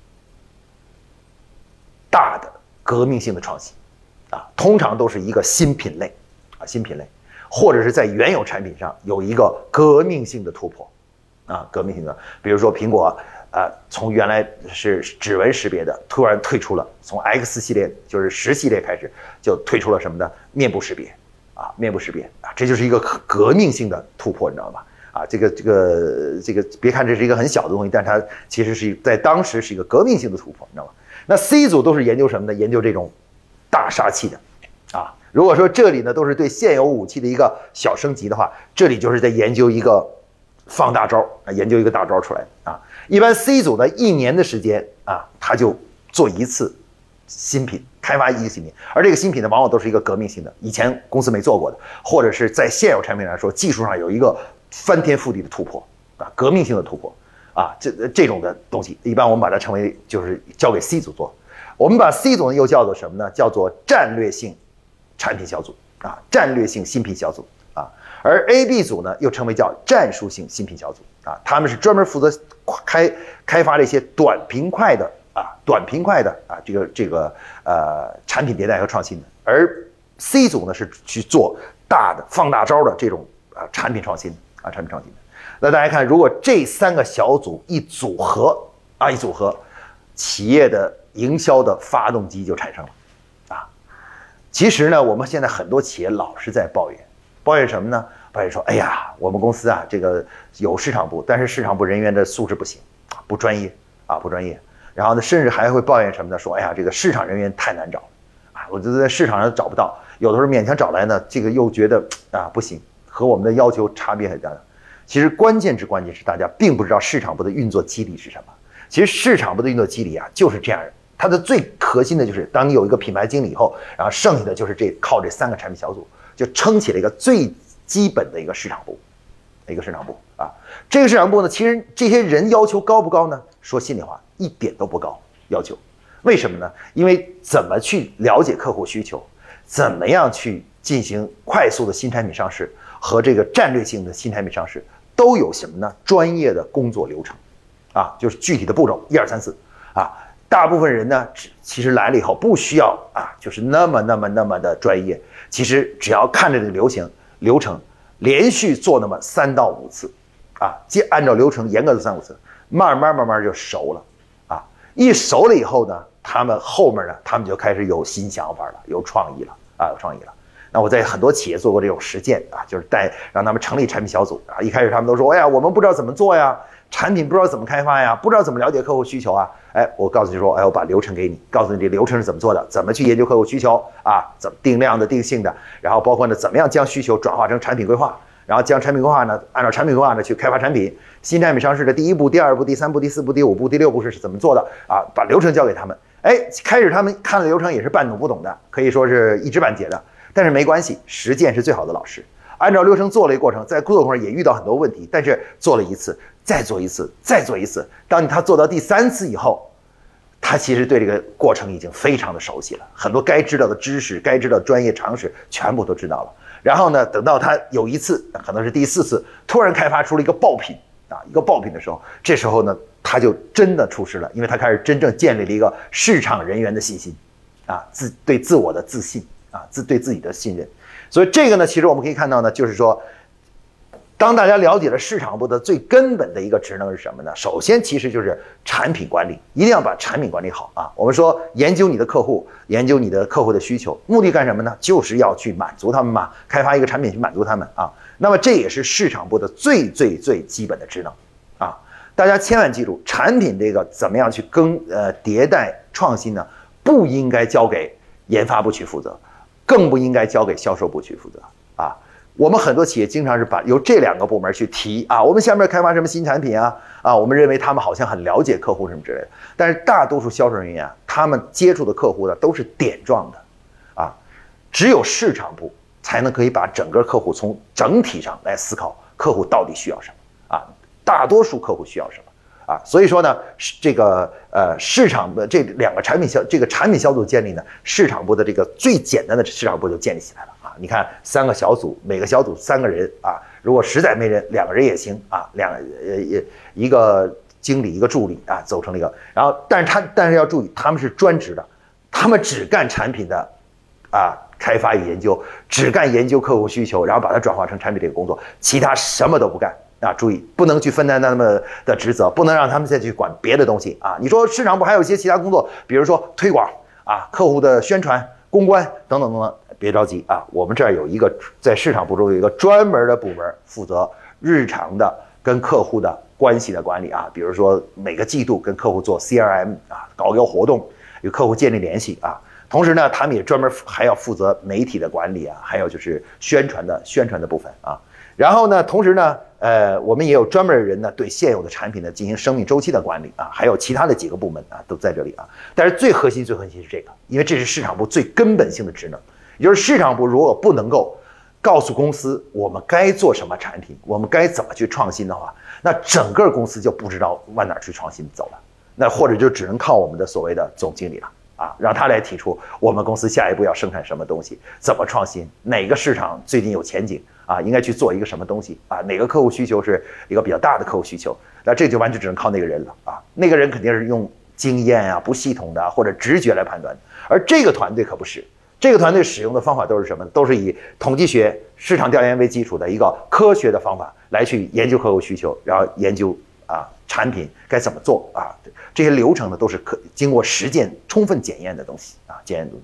大的革命性的创新，啊，通常都是一个新品类，啊，新品类，或者是在原有产品上有一个革命性的突破，啊，革命性的，比如说苹果，啊，从原来是指纹识别的，突然推出了从 X 系列，就是十系列开始就推出了什么呢？面部识别。啊，面部识别啊，这就是一个革命性的突破，你知道吗？啊，这个这个这个，别看这是一个很小的东西，但它其实是在当时是一个革命性的突破，你知道吗？那 C 组都是研究什么呢？研究这种大杀器的，啊，如果说这里呢都是对现有武器的一个小升级的话，这里就是在研究一个放大招啊，研究一个大招出来啊。一般 C 组呢一年的时间啊，他就做一次新品。开发一个新品，而这个新品呢，往往都是一个革命性的，以前公司没做过的，或者是在现有产品来说，技术上有一个翻天覆地的突破啊，革命性的突破啊，这这种的东西，一般我们把它称为就是交给 C 组做。我们把 C 组呢又叫做什么呢？叫做战略性产品小组啊，战略性新品小组啊。而 A、B 组呢又称为叫战术性新品小组啊，他们是专门负责开开发这些短平快的。啊，短平快的啊，这个这个呃产品迭代和创新的，而 C 组呢是去做大的放大招的这种啊产品创新啊产品创新的。那大家看，如果这三个小组一组合啊一组合，企业的营销的发动机就产生了啊。其实呢，我们现在很多企业老是在抱怨，抱怨什么呢？ 抱怨说，哎呀，我们公司啊，这个有市场部，但是市场部人员的素质不行，不专业啊，不专业。然后呢，甚至还会抱怨什么呢？说，哎呀，这个市场人员太难找了啊，我觉得在市场上找不到，有的时候勉强找来呢，这个又觉得啊不行，和我们的要求差别很大。其实关键之关键是大家并不知道市场部的运作机理是什么。其实市场部的运作机理啊就是这样，它的最核心的就是，当你有一个品牌经理以后，然后剩下的就是这靠这三个产品小组就撑起了一个最基本的一个市场部，一个市场部啊。这个市场部呢，其实这些人要求高不高呢？说心里话，一点都不高要求。为什么呢？因为怎么去了解客户需求，怎么样去进行快速的新产品上市和这个战略性的新产品上市，都有什么呢？专业的工作流程，啊，就是具体的步骤，一二三四，啊，大部分人呢，其实来了以后不需要啊，就是那么那么那么的专业，其实只要看着这个流行流程，连续做那么三到五次，啊，接按照流程严格的三五次，慢慢慢慢就熟了，啊，一熟了以后呢，他们后面呢，他们就开始有新想法了，有创意了，啊，有创意了。那我在很多企业做过这种实践啊，就是带让他们成立产品小组啊。一开始他们都说，哎呀，我们不知道怎么做呀，产品不知道怎么开发呀，不知道怎么了解客户需求啊。哎，我告诉你说，哎，我把流程给你，告诉你这流程是怎么做的，怎么去研究客户需求啊，怎么定量的、定性的，然后包括呢，怎么样将需求转化成产品规划，然后将产品规划呢，按照产品规划呢去开发产品。新产品上市的第一步、第二步、第三步、第四步、第五步、第六步是怎么做的啊？把流程交给他们。哎，开始他们看了流程也是半懂不懂的，可以说是一知半解的。但是没关系，实践是最好的老师。按照流程做了一个过程，在做的过程也遇到很多问题，但是做了一次，再做一次，再做一次。当他做到第三次以后，他其实对这个过程已经非常的熟悉了，很多该知道的知识、该知道的专业常识全部都知道了。然后呢，等到他有一次，可能是第四次，突然开发出了一个爆品啊，一个爆品的时候，这时候呢，他就真的出师了，因为他开始真正建立了一个市场人员的信心，啊，自对自我的自信。啊，自对自己的信任，所以这个呢，其实我们可以看到呢，就是说，当大家了解了市场部的最根本的一个职能是什么呢？首先，其实就是产品管理，一定要把产品管理好啊。我们说研究你的客户，研究你的客户的需求，目的干什么呢？就是要去满足他们嘛，开发一个产品去满足他们啊。那么这也是市场部的最最最基本的职能啊。大家千万记住，产品这个怎么样去更呃迭代创新呢？不应该交给研发部去负责。更不应该交给销售部去负责啊！我们很多企业经常是把由这两个部门去提啊，我们下面开发什么新产品啊啊，我们认为他们好像很了解客户什么之类的，但是大多数销售人员啊，他们接触的客户呢都是点状的啊，只有市场部才能可以把整个客户从整体上来思考客户到底需要什么啊，大多数客户需要什么。啊，所以说呢，这个呃市场的这两个产品小这个产品小组建立呢，市场部的这个最简单的市场部就建立起来了啊。你看三个小组，每个小组三个人啊，如果实在没人，两个人也行啊，两呃一个经理一个助理啊，组成了一个。然后，但是他但是要注意，他们是专职的，他们只干产品的啊开发与研究，只干研究客户需求，然后把它转化成产品这个工作，其他什么都不干。啊，注意不能去分担他们的职责，不能让他们再去管别的东西啊。你说市场部还有一些其他工作，比如说推广啊、客户的宣传、公关等等等等，别着急啊。我们这儿有一个在市场部中有一个专门的部门负责日常的跟客户的关系的管理啊，比如说每个季度跟客户做 C R M 啊，搞一个活动，与客户建立联系啊。同时呢，他们也专门还要负责媒体的管理啊，还有就是宣传的宣传的部分啊。然后呢，同时呢，呃，我们也有专门的人呢，对现有的产品呢进行生命周期的管理啊，还有其他的几个部门啊，都在这里啊。但是最核心、最核心是这个，因为这是市场部最根本性的职能，也就是市场部如果不能够告诉公司我们该做什么产品，我们该怎么去创新的话，那整个公司就不知道往哪去创新走了，那或者就只能靠我们的所谓的总经理了。啊，让他来提出我们公司下一步要生产什么东西，怎么创新，哪个市场最近有前景啊，应该去做一个什么东西啊，哪个客户需求是一个比较大的客户需求，那这就完全只能靠那个人了啊，那个人肯定是用经验啊、不系统的或者直觉来判断，而这个团队可不是，这个团队使用的方法都是什么？都是以统计学、市场调研为基础的一个科学的方法来去研究客户需求，然后研究啊产品该怎么做啊。这些流程呢，都是可经过实践充分检验的东西啊，检验的东西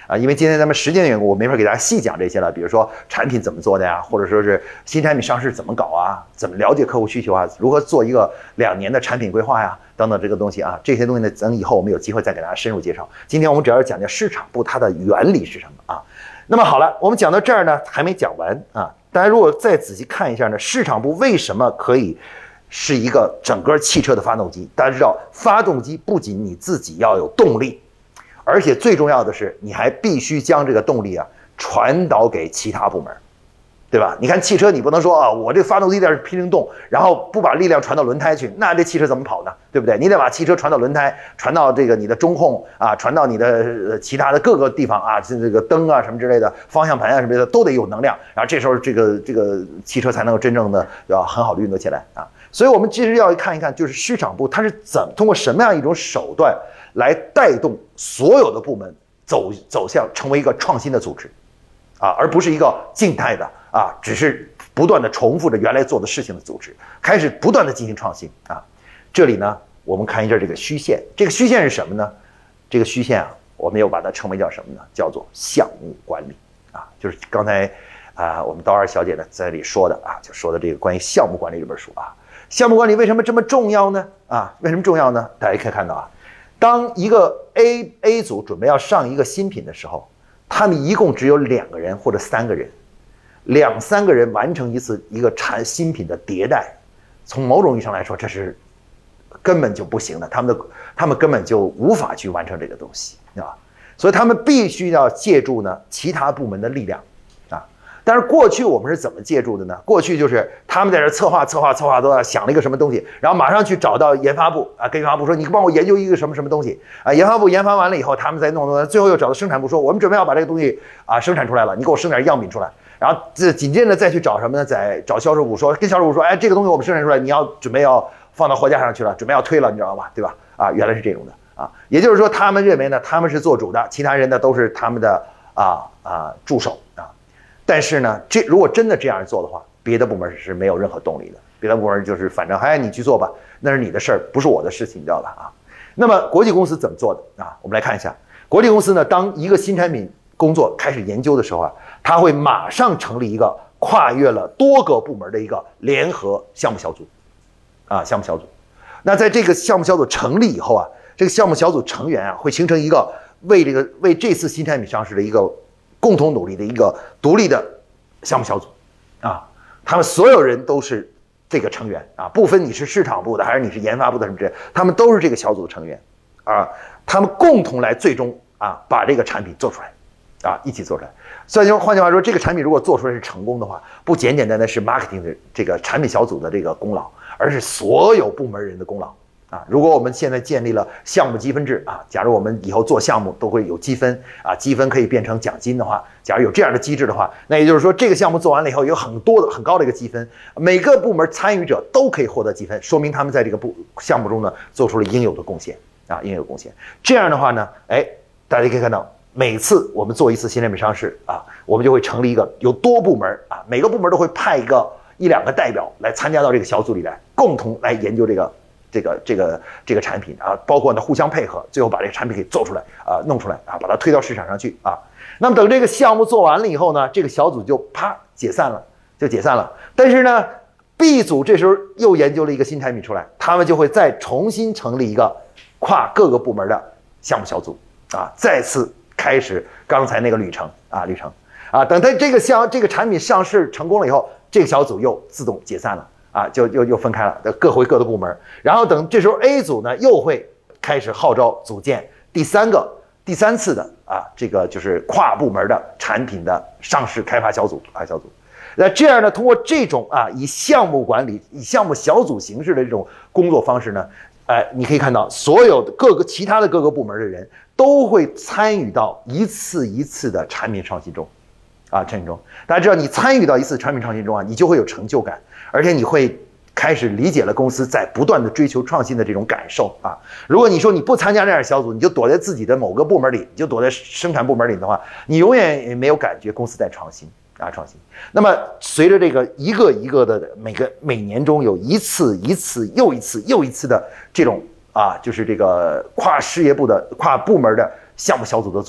啊，因为今天咱们时间的缘故，我没法给大家细讲这些了。比如说产品怎么做的呀，或者说是新产品上市怎么搞啊，怎么了解客户需求啊，如何做一个两年的产品规划呀，等等这个东西啊，这些东西呢，等以后我们有机会再给大家深入介绍。今天我们主要是讲讲市场部它的原理是什么啊。那么好了，我们讲到这儿呢，还没讲完啊。大家如果再仔细看一下呢，市场部为什么可以是一个整个汽车的发动机？大家知道，发动机不仅你自己要有动力，而且最重要的是，你还必须将这个动力啊传导给其他部门，对吧？你看汽车，你不能说啊，我这发动机在这拼命动，然后不把力量传到轮胎去，那这汽车怎么跑呢？对不对？你得把汽车传到轮胎，传到这个你的中控啊，传到你的、呃、其他的各个地方啊，这个灯啊什么之类的，方向盘啊什么的都得有能量，然后这时候这个这个汽车才能够真正的要很好的运作起来啊。所以我们其实要看一看，就是市场部它是怎么通过什么样一种手段来带动所有的部门走走向成为一个创新的组织，啊，而不是一个静态的啊，只是不断的重复着原来做的事情的组织，开始不断的进行创新啊。这里呢，我们看一下这个虚线，这个虚线是什么呢？这个虚线啊，我们又把它称为叫什么呢？叫做项目管理啊，就是刚才啊我们刀二小姐呢在这里说的啊，就说的这个关于项目管理这本书啊。项目管理为什么这么重要呢？啊，为什么重要呢？大家可以看到啊，当一个 A A 组准备要上一个新品的时候，他们一共只有两个人或者三个人，两三个人完成一次一个产新品的迭代，从某种意义上来说，这是根本就不行的，他们的他们根本就无法去完成这个东西啊，所以他们必须要借助呢其他部门的力量。但是过去我们是怎么借助的呢？过去就是他们在这策划策划策划都要想了一个什么东西，然后马上去找到研发部啊，跟研发部说你帮我研究一个什么什么东西啊，研发部研发完了以后，他们再弄弄，最后又找到生产部说我们准备要把这个东西啊生产出来了，你给我生点样品出来，然后这紧接着再去找什么呢？再找销售部说跟销售部说，哎，这个东西我们生产出来，你要准备要放到货架上去了，准备要推了，你知道吧？对吧？啊，原来是这种的啊，也就是说他们认为呢他们是做主的，其他人呢都是他们的啊啊助手啊。但是呢，这如果真的这样做的话，别的部门是没有任何动力的。别的部门就是反正哎，你去做吧，那是你的事儿，不是我的事情，你知道吧？啊，那么国际公司怎么做的啊？我们来看一下，国际公司呢，当一个新产品工作开始研究的时候啊，它会马上成立一个跨越了多个部门的一个联合项目小组，啊，项目小组。那在这个项目小组成立以后啊，这个项目小组成员啊，会形成一个为这个为这次新产品上市的一个共同努力的一个独立的项目小组，啊，他们所有人都是这个成员啊，不分你是市场部的还是你是研发部的什么之类，他们都是这个小组的成员啊，他们共同来最终啊把这个产品做出来，啊，一起做出来。所以换句话说，这个产品如果做出来是成功的话，不简简单单是 marketing 的这个产品小组的这个功劳，而是所有部门人的功劳。啊，如果我们现在建立了项目积分制啊，假如我们以后做项目都会有积分啊，积分可以变成奖金的话，假如有这样的机制的话，那也就是说这个项目做完了以后有很多的很高的一个积分，每个部门参与者都可以获得积分，说明他们在这个部项目中呢做出了应有的贡献啊，应有的贡献。这样的话呢，哎，大家可以看到，每次我们做一次新产品上市啊，我们就会成立一个由多部门啊，每个部门都会派一个一两个代表来参加到这个小组里来，共同来研究这个。这个这个这个产品啊，包括呢互相配合，最后把这个产品给做出来啊，弄出来啊，把它推到市场上去啊。那么等这个项目做完了以后呢，这个小组就啪解散了，就解散了。但是呢 ，B 组这时候又研究了一个新产品出来，他们就会再重新成立一个跨各个部门的项目小组啊，再次开始刚才那个旅程啊，旅程啊。等它这个项这个产品上市成功了以后，这个小组又自动解散了。啊，就又又分开了，各回各的部门。然后等这时候 A 组呢，又会开始号召组建第三个、第三次的啊，这个就是跨部门的产品的上市开发小组啊小组。那这样呢，通过这种啊以项目管理、以项目小组形式的这种工作方式呢，哎、呃，你可以看到所有的各个其他的各个部门的人都会参与到一次一次的产品创新中。啊，产品中，大家知道，你参与到一次产品创新中啊，你就会有成就感，而且你会开始理解了公司在不断的追求创新的这种感受啊。如果你说你不参加这样的小组，你就躲在自己的某个部门里，你就躲在生产部门里的话，你永远也没有感觉公司在创新啊，创新。那么随着这个一个一个的每个每年中有一次一次又一次又一次的这种啊，就是这个跨事业部的跨部门的项目小组的组建，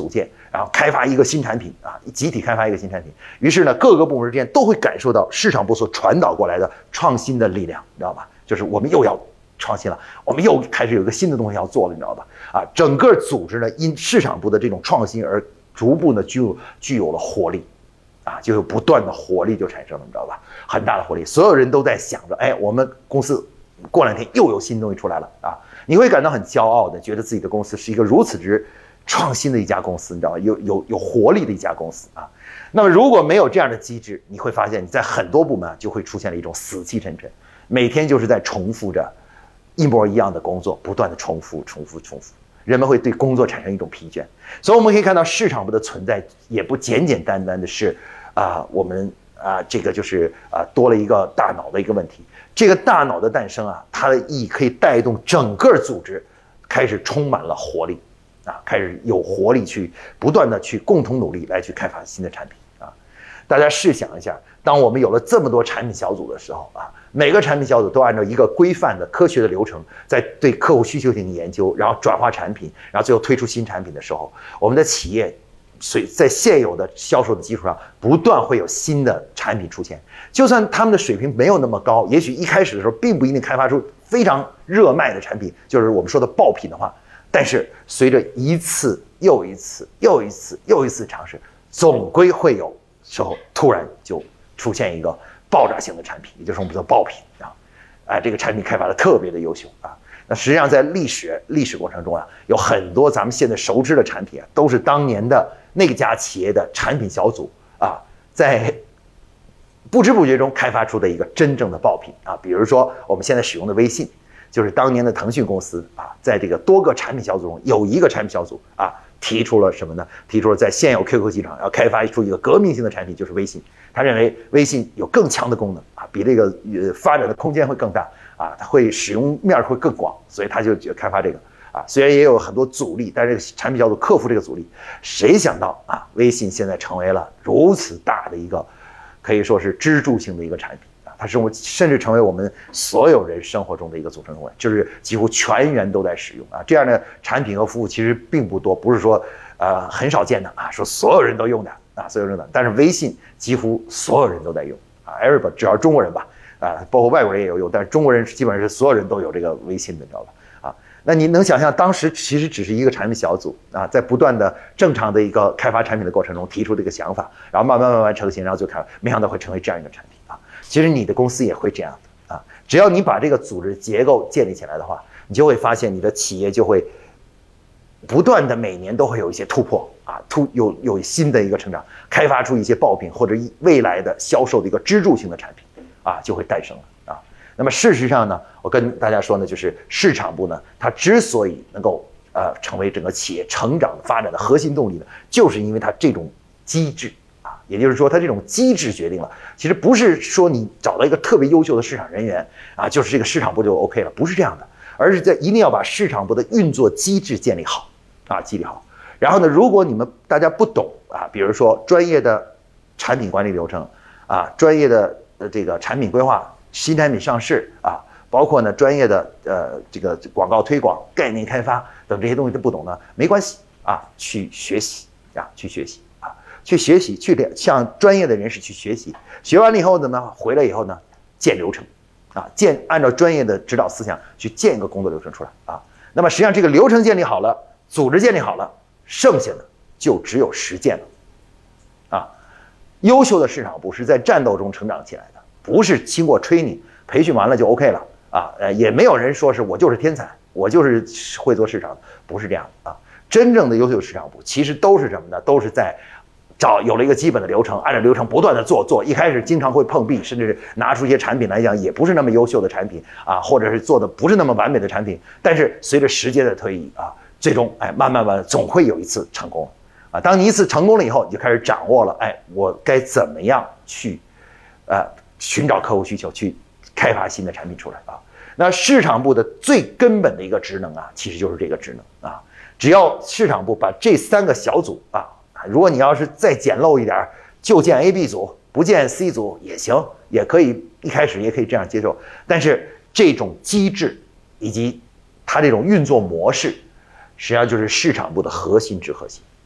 然后开发一个新产品啊，集体开发一个新产品。于是呢，各个部门之间都会感受到市场部所传导过来的创新的力量，你知道吧？就是我们又要创新了，我们又开始有一个新的东西要做了，你知道吧？啊，整个组织呢，因市场部的这种创新而逐步呢具有具有了活力，啊，就有不断的活力就产生了，你知道吧？很大的活力，所有人都在想着，哎，我们公司过两天又有新东西出来了啊！你会感到很骄傲的，觉得自己的公司是一个如此之创新的一家公司，你知道吗？有有有活力的一家公司啊。那么如果没有这样的机制，你会发现你在很多部门就会出现了一种死气沉沉，每天就是在重复着一模一样的工作，不断的重复、重复、重复，人们会对工作产生一种疲倦。所以我们可以看到，市场部的存在也不简简单单的是啊、呃，我们啊、呃、这个就是啊、呃、多了一个大脑的一个问题。这个大脑的诞生啊，它的意义可以带动整个组织开始充满了活力。啊，开始有活力去不断的去共同努力来去开发新的产品啊！大家试想一下，当我们有了这么多产品小组的时候啊，每个产品小组都按照一个规范的科学的流程，在对客户需求进行研究，然后转化产品，然后最后推出新产品的时候，我们的企业所以在现有的销售的基础上，不断会有新的产品出现。就算他们的水平没有那么高，也许一开始的时候并不一定开发出非常热卖的产品，就是我们说的爆品的话。但是随着一次又一次又一次又一次尝试，总归会有时候突然就出现一个爆炸性的产品，也就是我们说爆品啊，哎，这个产品开发的特别的优秀啊。那实际上在历史历史过程中啊，有很多咱们现在熟知的产品啊，都是当年的那家企业的产品小组啊，在不知不觉中开发出的一个真正的爆品啊。比如说我们现在使用的微信。就是当年的腾讯公司啊，在这个多个产品小组中，有一个产品小组啊，提出了什么呢？提出了在现有 Q Q 机上要开发出一个革命性的产品，就是微信。他认为微信有更强的功能啊，比这个呃发展的空间会更大啊，它会使用面会更广，所以他就开发这个啊。虽然也有很多阻力，但是这个产品小组克服这个阻力。谁想到啊，微信现在成为了如此大的一个，可以说是支柱性的一个产品。它是我甚至成为我们所有人生活中的一个组成部分，就是几乎全员都在使用啊。这样的产品和服务其实并不多，不是说呃很少见的啊，说所有人都用的啊，所有人的。但是微信几乎所有人都在用啊 ，everybody 只要中国人吧啊，包括外国人也有用，但是中国人基本上是所有人都有这个微信的，你知道吧？啊，那你能想象当时其实只是一个产品小组啊，在不断的正常的一个开发产品的过程中提出这个想法，然后慢慢慢慢成型，然后就看没想到会成为这样一个产品啊。其实你的公司也会这样的啊，只要你把这个组织结构建立起来的话，你就会发现你的企业就会不断的每年都会有一些突破啊，突有有新的一个成长，开发出一些爆品或者未来的销售的一个支柱性的产品啊，就会诞生了啊。那么事实上呢，我跟大家说呢，就是市场部呢，它之所以能够呃成为整个企业成长发展的核心动力呢，就是因为它这种机制。也就是说，它这种机制决定了，其实不是说你找到一个特别优秀的市场人员啊，就是这个市场部就 OK 了，不是这样的，而是在一定要把市场部的运作机制建立好啊，建立好。然后呢，如果你们大家不懂啊，比如说专业的产品管理流程啊，专业的呃这个产品规划、新产品上市啊，包括呢专业的呃这个广告推广、概念开发等这些东西都不懂呢，没关系啊，去学习啊，去学习。去学习，去向专业的人士去学习，学完了以后呢，回来以后呢，建流程，啊，建按照专业的指导思想去建一个工作流程出来啊。那么实际上这个流程建立好了，组织建立好了，剩下的就只有实践了，啊，优秀的市场部是在战斗中成长起来的，不是经过 training 培训完了就 OK 了啊，呃，也没有人说是我就是天才，我就是会做市场，不是这样的啊。真正的优秀市场部其实都是什么呢？都是在找有了一个基本的流程，按照流程不断的做做，一开始经常会碰壁，甚至拿出一些产品来讲也不是那么优秀的产品啊，或者是做的不是那么完美的产品，但是随着时间的推移啊，最终哎慢慢慢总会有一次成功啊。当你一次成功了以后，你就开始掌握了，哎，我该怎么样去呃寻找客户需求，去开发新的产品出来啊。那市场部的最根本的一个职能啊，其实就是这个职能啊。只要市场部把这三个小组啊，如果你要是再简陋一点，就建 A、B 组，不建 C 组也行，也可以，一开始也可以这样接受。但是这种机制以及它这种运作模式，实际上就是市场部的核心之核心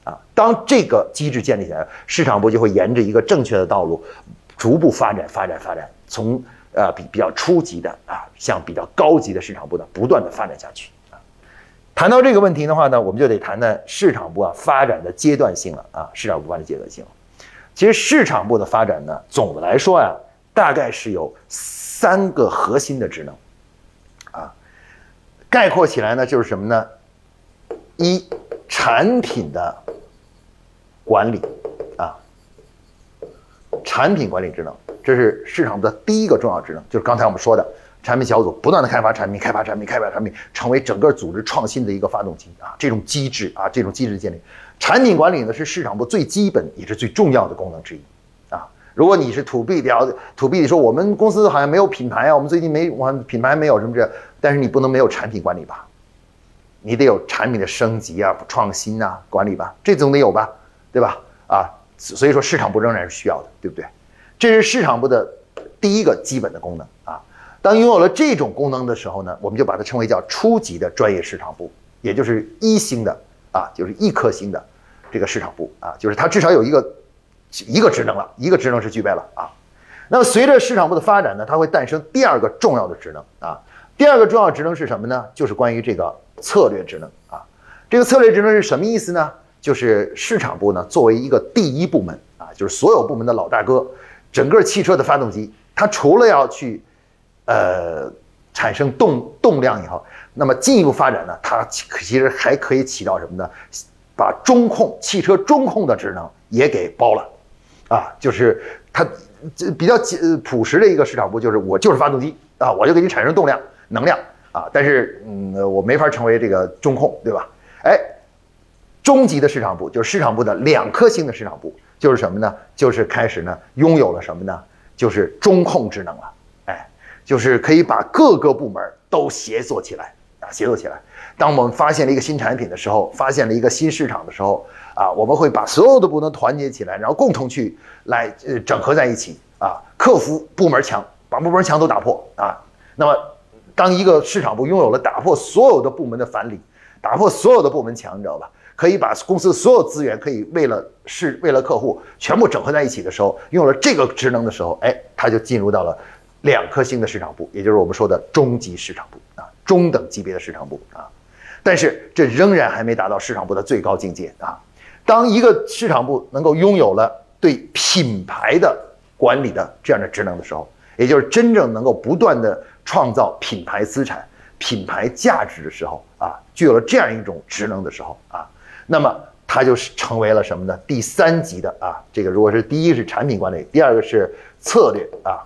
啊。当这个机制建立起来，市场部就会沿着一个正确的道路，逐步发展、发展、发展，从呃比比较初级的啊，向比较高级的市场部呢，不断的发展下去啊。谈到这个问题的话呢，我们就得谈谈市场部啊发展的阶段性了啊，市场部发展阶段性。其实市场部的发展呢，总的来说呀，大概是有三个核心的职能啊，概括起来呢就是什么呢？一，产品的管理啊，产品管理职能，这是市场部的第一个重要职能，就是刚才我们说的产品小组不断的开发产品，开发产品，开发产品，成为整个组织创新的一个发动机啊，这种机制啊，这种机制的建立，产品管理呢是市场部最基本也是最重要的功能之一啊。如果你是 to B 的 to B 说我们公司好像没有品牌啊，我们最近没我品牌没有什么这，但是你不能没有产品管理吧？你得有产品的升级啊、创新啊、管理吧，这总得有吧，对吧？啊，所以说市场部仍然是需要的，对不对？这是市场部的第一个基本的功能啊。当拥有了这种功能的时候呢，我们就把它称为叫初级的专业市场部，也就是一星的啊，就是一颗星的这个市场部啊，就是它至少有一个一个职能了，一个职能是具备了啊。那么随着市场部的发展呢，它会诞生第二个重要的职能啊。第二个重要职能是什么呢？就是关于这个策略职能啊。这个策略职能是什么意思呢？就是市场部呢作为一个第一部门啊，就是所有部门的老大哥，整个汽车的发动机，它除了要去呃产生动动量以后，那么进一步发展呢，它其实还可以起到什么呢？把中控汽车中控的职能也给包了啊，就是它比较朴实的一个市场部，就是我就是发动机啊，我就给你产生动量能量啊，但是嗯我没法成为这个中控，对吧？哎，中级的市场部就是市场部的两颗星的市场部，就是什么呢？就是开始呢拥有了什么呢？就是中控职能了，哎，就是可以把各个部门都协作起来啊，协作起来。当我们发现了一个新产品的时候，发现了一个新市场的时候啊，我们会把所有的部门团结起来，然后共同去来呃整合在一起啊，克服部门墙，把部门墙都打破啊。那么，当一个市场部拥有了打破所有的部门的藩篱，打破所有的部门墙，你知道吧？可以把公司所有资源可以为了是为了客户全部整合在一起的时候，拥有了这个职能的时候，哎，它就进入到了两颗星的市场部，也就是我们说的中级市场部啊，中等级别的市场部啊。但是这仍然还没达到市场部的最高境界啊！当一个市场部能够拥有了对品牌的管理的这样的职能的时候，也就是真正能够不断的创造品牌资产、品牌价值的时候啊，具有了这样一种职能的时候啊，那么它就是成为了什么呢？第三级的啊，这个如果是第一是产品管理，第二个是策略啊，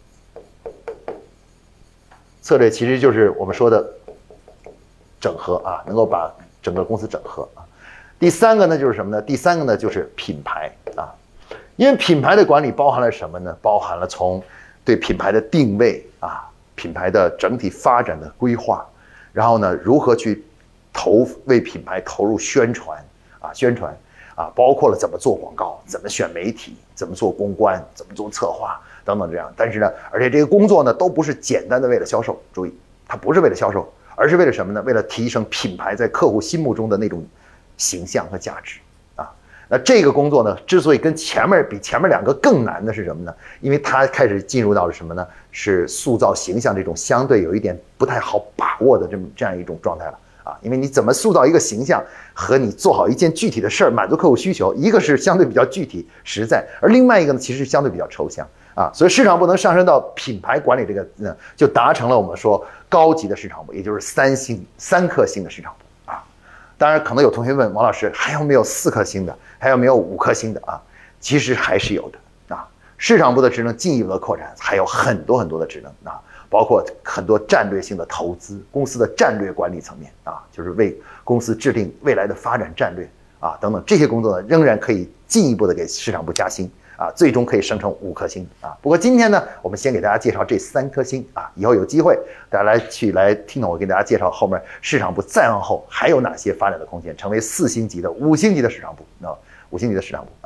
策略其实就是我们说的整合啊，能够把整个公司整合啊。第三个呢就是什么呢？第三个呢就是品牌啊，因为品牌的管理包含了什么呢？包含了从对品牌的定位啊，品牌的整体发展的规划，然后呢如何去投为品牌投入宣传啊，宣传啊，包括了怎么做广告，怎么选媒体，怎么做公关，怎么做策划等等这样。但是呢，而且这个工作呢都不是简单的为了销售，注意，它不是为了销售。而是为了什么呢？为了提升品牌在客户心目中的那种形象和价值啊。那这个工作呢，之所以跟前面比前面两个更难的是什么呢？因为它开始进入到了什么呢？是塑造形象这种相对有一点不太好把握的这么这样一种状态了啊。因为你怎么塑造一个形象，和你做好一件具体的事儿，满足客户需求，一个是相对比较具体实在，而另外一个呢，其实相对比较抽象。啊，所以市场部能上升到品牌管理这个，呢，就达成了我们说高级的市场部，也就是三星、三颗星的市场部啊。当然，可能有同学问王老师，还有没有四颗星的？还有没有五颗星的啊？其实还是有的啊。市场部的职能进一步的扩展，还有很多很多的职能啊，包括很多战略性的投资，公司的战略管理层面啊，就是为公司制定未来的发展战略啊等等这些工作呢，仍然可以进一步的给市场部加薪。啊，最终可以生成五颗星啊！不过今天呢，我们先给大家介绍这三颗星啊，以后有机会大家来去来听懂我给大家介绍后面市场部再往后还有哪些发展的空间，成为四星级的、五星级的市场部啊，五星级的市场部啊。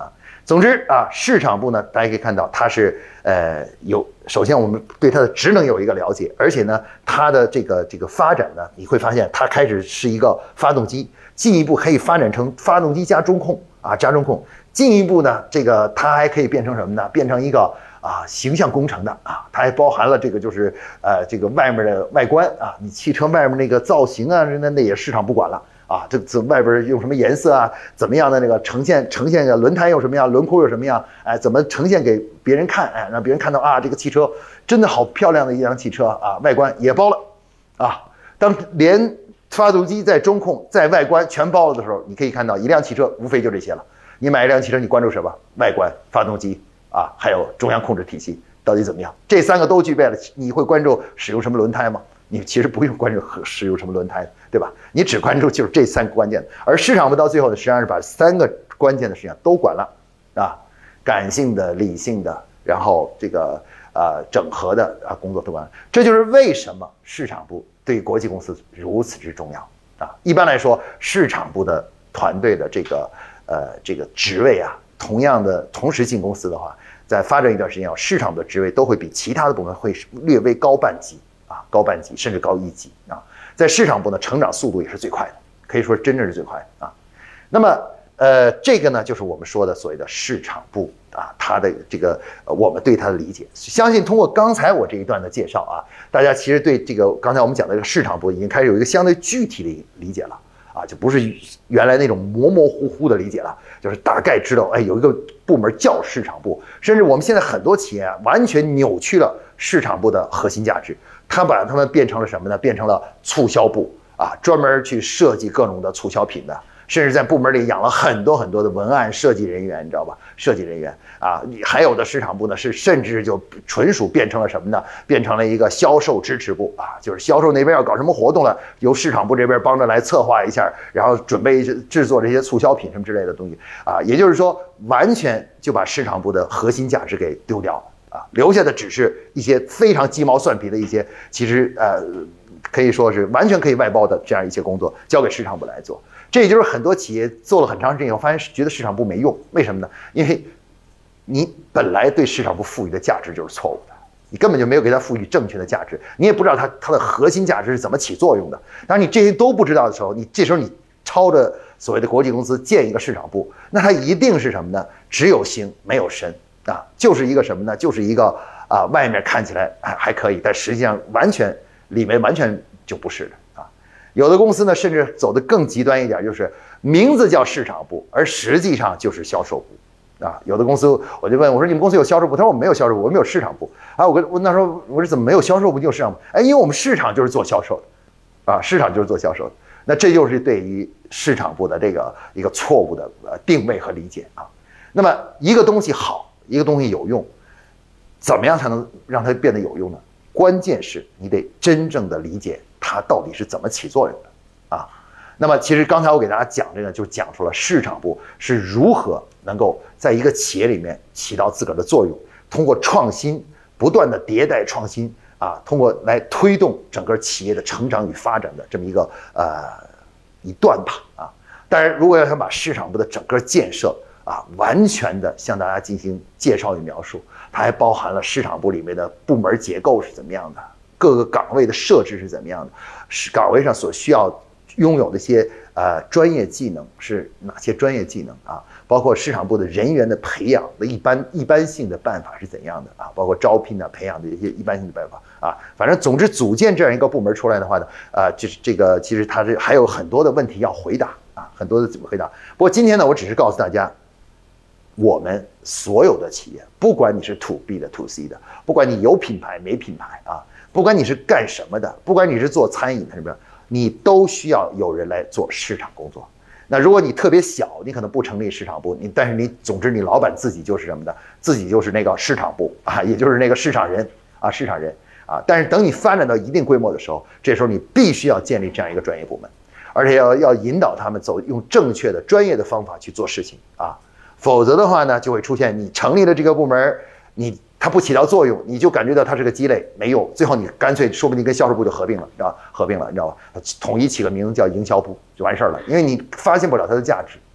总之啊，市场部呢，大家可以看到它是呃有，首先我们对它的职能有一个了解，而且呢，它的这个这个发展呢，你会发现它开始是一个发动机，进一步可以发展成发动机加中控啊，加中控，进一步呢，这个它还可以变成什么呢？变成一个啊形象工程的啊，它还包含了这个就是呃这个外面的外观啊，你汽车外面那个造型啊，那那也市场不管了。啊，这这外边用什么颜色啊？怎么样的那个呈现呈现的轮胎有什么样，轮毂有什么样？哎，怎么呈现给别人看？哎，让别人看到啊，这个汽车真的好漂亮的一辆汽车啊，外观也包了啊。当连发动机在中控在外观全包了的时候，你可以看到一辆汽车无非就这些了。你买一辆汽车，你关注什么？外观、发动机啊，还有中央控制体系到底怎么样？这三个都具备了，你会关注使用什么轮胎吗？你其实不用关注使用什么轮胎，对吧？你只关注就是这三个关键的。而市场部到最后呢，实际上是把三个关键的事情都管了啊，感性的、理性的，然后这个呃整合的啊工作都管了。这就是为什么市场部对国际公司如此之重要啊。一般来说，市场部的团队的这个呃这个职位啊，同样的同时进公司的话，在发展一段时间后，市场部的职位都会比其他的部门会略微高半级。啊，高半级甚至高一级啊，在市场部呢，成长速度也是最快的，可以说真正是最快的啊。那么，呃，这个呢，就是我们说的所谓的市场部啊，它的这个、呃、我们对它的理解，相信通过刚才我这一段的介绍啊，大家其实对这个刚才我们讲的这个市场部已经开始有一个相对具体的理解了啊，就不是原来那种模模糊糊的理解了，就是大概知道，哎，有一个部门叫市场部，甚至我们现在很多企业啊，完全扭曲了市场部的核心价值。他把他们变成了什么呢？变成了促销部啊，专门去设计各种的促销品的，甚至在部门里养了很多很多的文案设计人员，你知道吧？设计人员啊，还有的市场部呢是甚至就纯属变成了什么呢？变成了一个销售支持部啊，就是销售那边要搞什么活动了，由市场部这边帮着来策划一下，然后准备制作这些促销品什么之类的东西啊，也就是说，完全就把市场部的核心价值给丢掉了。啊，留下的只是一些非常鸡毛蒜皮的一些，其实呃可以说是完全可以外包的这样一些工作，交给市场部来做。这也就是很多企业做了很长时间以后，发现觉得市场部没用，为什么呢？因为你本来对市场部赋予的价值就是错误的，你根本就没有给它赋予正确的价值，你也不知道它它的核心价值是怎么起作用的。当你这些都不知道的时候，你这时候你抄着所谓的国际公司建一个市场部，那它一定是什么呢？只有形没有神。啊，就是一个什么呢？就是一个啊，外面看起来还还可以，但实际上完全里面完全就不是的啊。有的公司呢，甚至走得更极端一点，就是名字叫市场部，而实际上就是销售部啊。有的公司我就问我说：“你们公司有销售部？”他说：“我们没有销售部，我们有市场部。”啊，我跟我那时候我说：“怎么没有销售部，就有市场部？”哎，因为我们市场就是做销售的，啊，市场就是做销售的。那这就是对于市场部的这个一个错误的呃定位和理解啊。那么一个东西好。一个东西有用，怎么样才能让它变得有用呢？关键是你得真正的理解它到底是怎么起作用的啊。那么其实刚才我给大家讲这个，就讲出了市场部是如何能够在一个企业里面起到自个儿的作用，通过创新不断的迭代创新啊，通过来推动整个企业的成长与发展的这么一个呃一段吧啊。当然，如果要想把市场部的整个建设啊，完全的向大家进行介绍与描述，它还包含了市场部里面的部门结构是怎么样的，各个岗位的设置是怎么样的，是岗位上所需要拥有的一些呃专业技能是哪些专业技能啊？包括市场部的人员的培养的一般一般性的办法是怎样的啊？包括招聘啊、培养的一些一般性的办法啊。反正总之组建这样一个部门出来的话呢，啊，就是这个其实它这还有很多的问题要回答啊，很多的怎么回答。不过今天呢，我只是告诉大家。我们所有的企业，不管你是 to B 的 to C 的，不管你有品牌没品牌啊，不管你是干什么的，不管你是做餐饮的什么的，你都需要有人来做市场工作。那如果你特别小，你可能不成立市场部，你但是你总之你老板自己就是什么的，自己就是那个市场部啊，也就是那个市场人啊，市场人啊。但是等你发展到一定规模的时候，这时候你必须要建立这样一个专业部门，而且要要引导他们走用正确的专业的方法去做事情啊。否则的话呢，就会出现你成立了这个部门，你它不起到作用，你就感觉到它是个鸡肋，没用。最后你干脆说不定跟销售部就合并了，你知道吧？合并了，你知道吧？统一起个名字叫营销部就完事儿了，因为你发现不了它的价值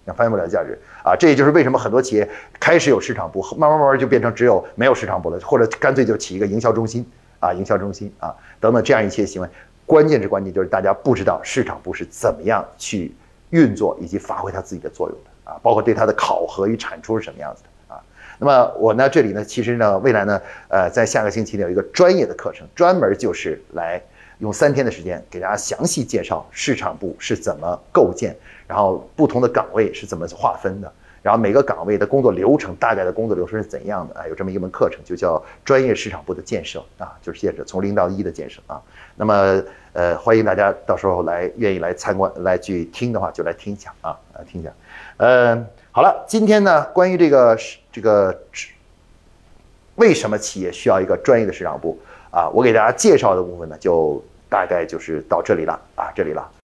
发现不了价值啊，这也就是为什么很多企业开始有市场部，慢慢慢慢就变成只有没有市场部了，或者干脆就起一个营销中心啊，营销中心啊等等这样一切行为。关键是关键就是大家不知道市场部是怎么样去运作以及发挥它自己的作用的啊，包括对它的考核与产出是什么样子的啊。那么我呢这里呢，其实呢未来呢，呃，在下个星期呢有一个专业的课程，专门就是来用三天的时间给大家详细介绍市场部是怎么构建，然后不同的岗位是怎么划分的，然后每个岗位的工作流程，大概的工作流程是怎样的啊？有这么一门课程，就叫专业市场部的建设啊，就是建设从零到一的建设啊。那么呃，欢迎大家到时候来愿意来参观来去听的话，就来听讲啊，来听讲。呃，好了，今天呢，关于这个这个为什么企业需要一个专业的市场部啊，我给大家介绍的部分呢，就大概就是到这里了啊，这里了。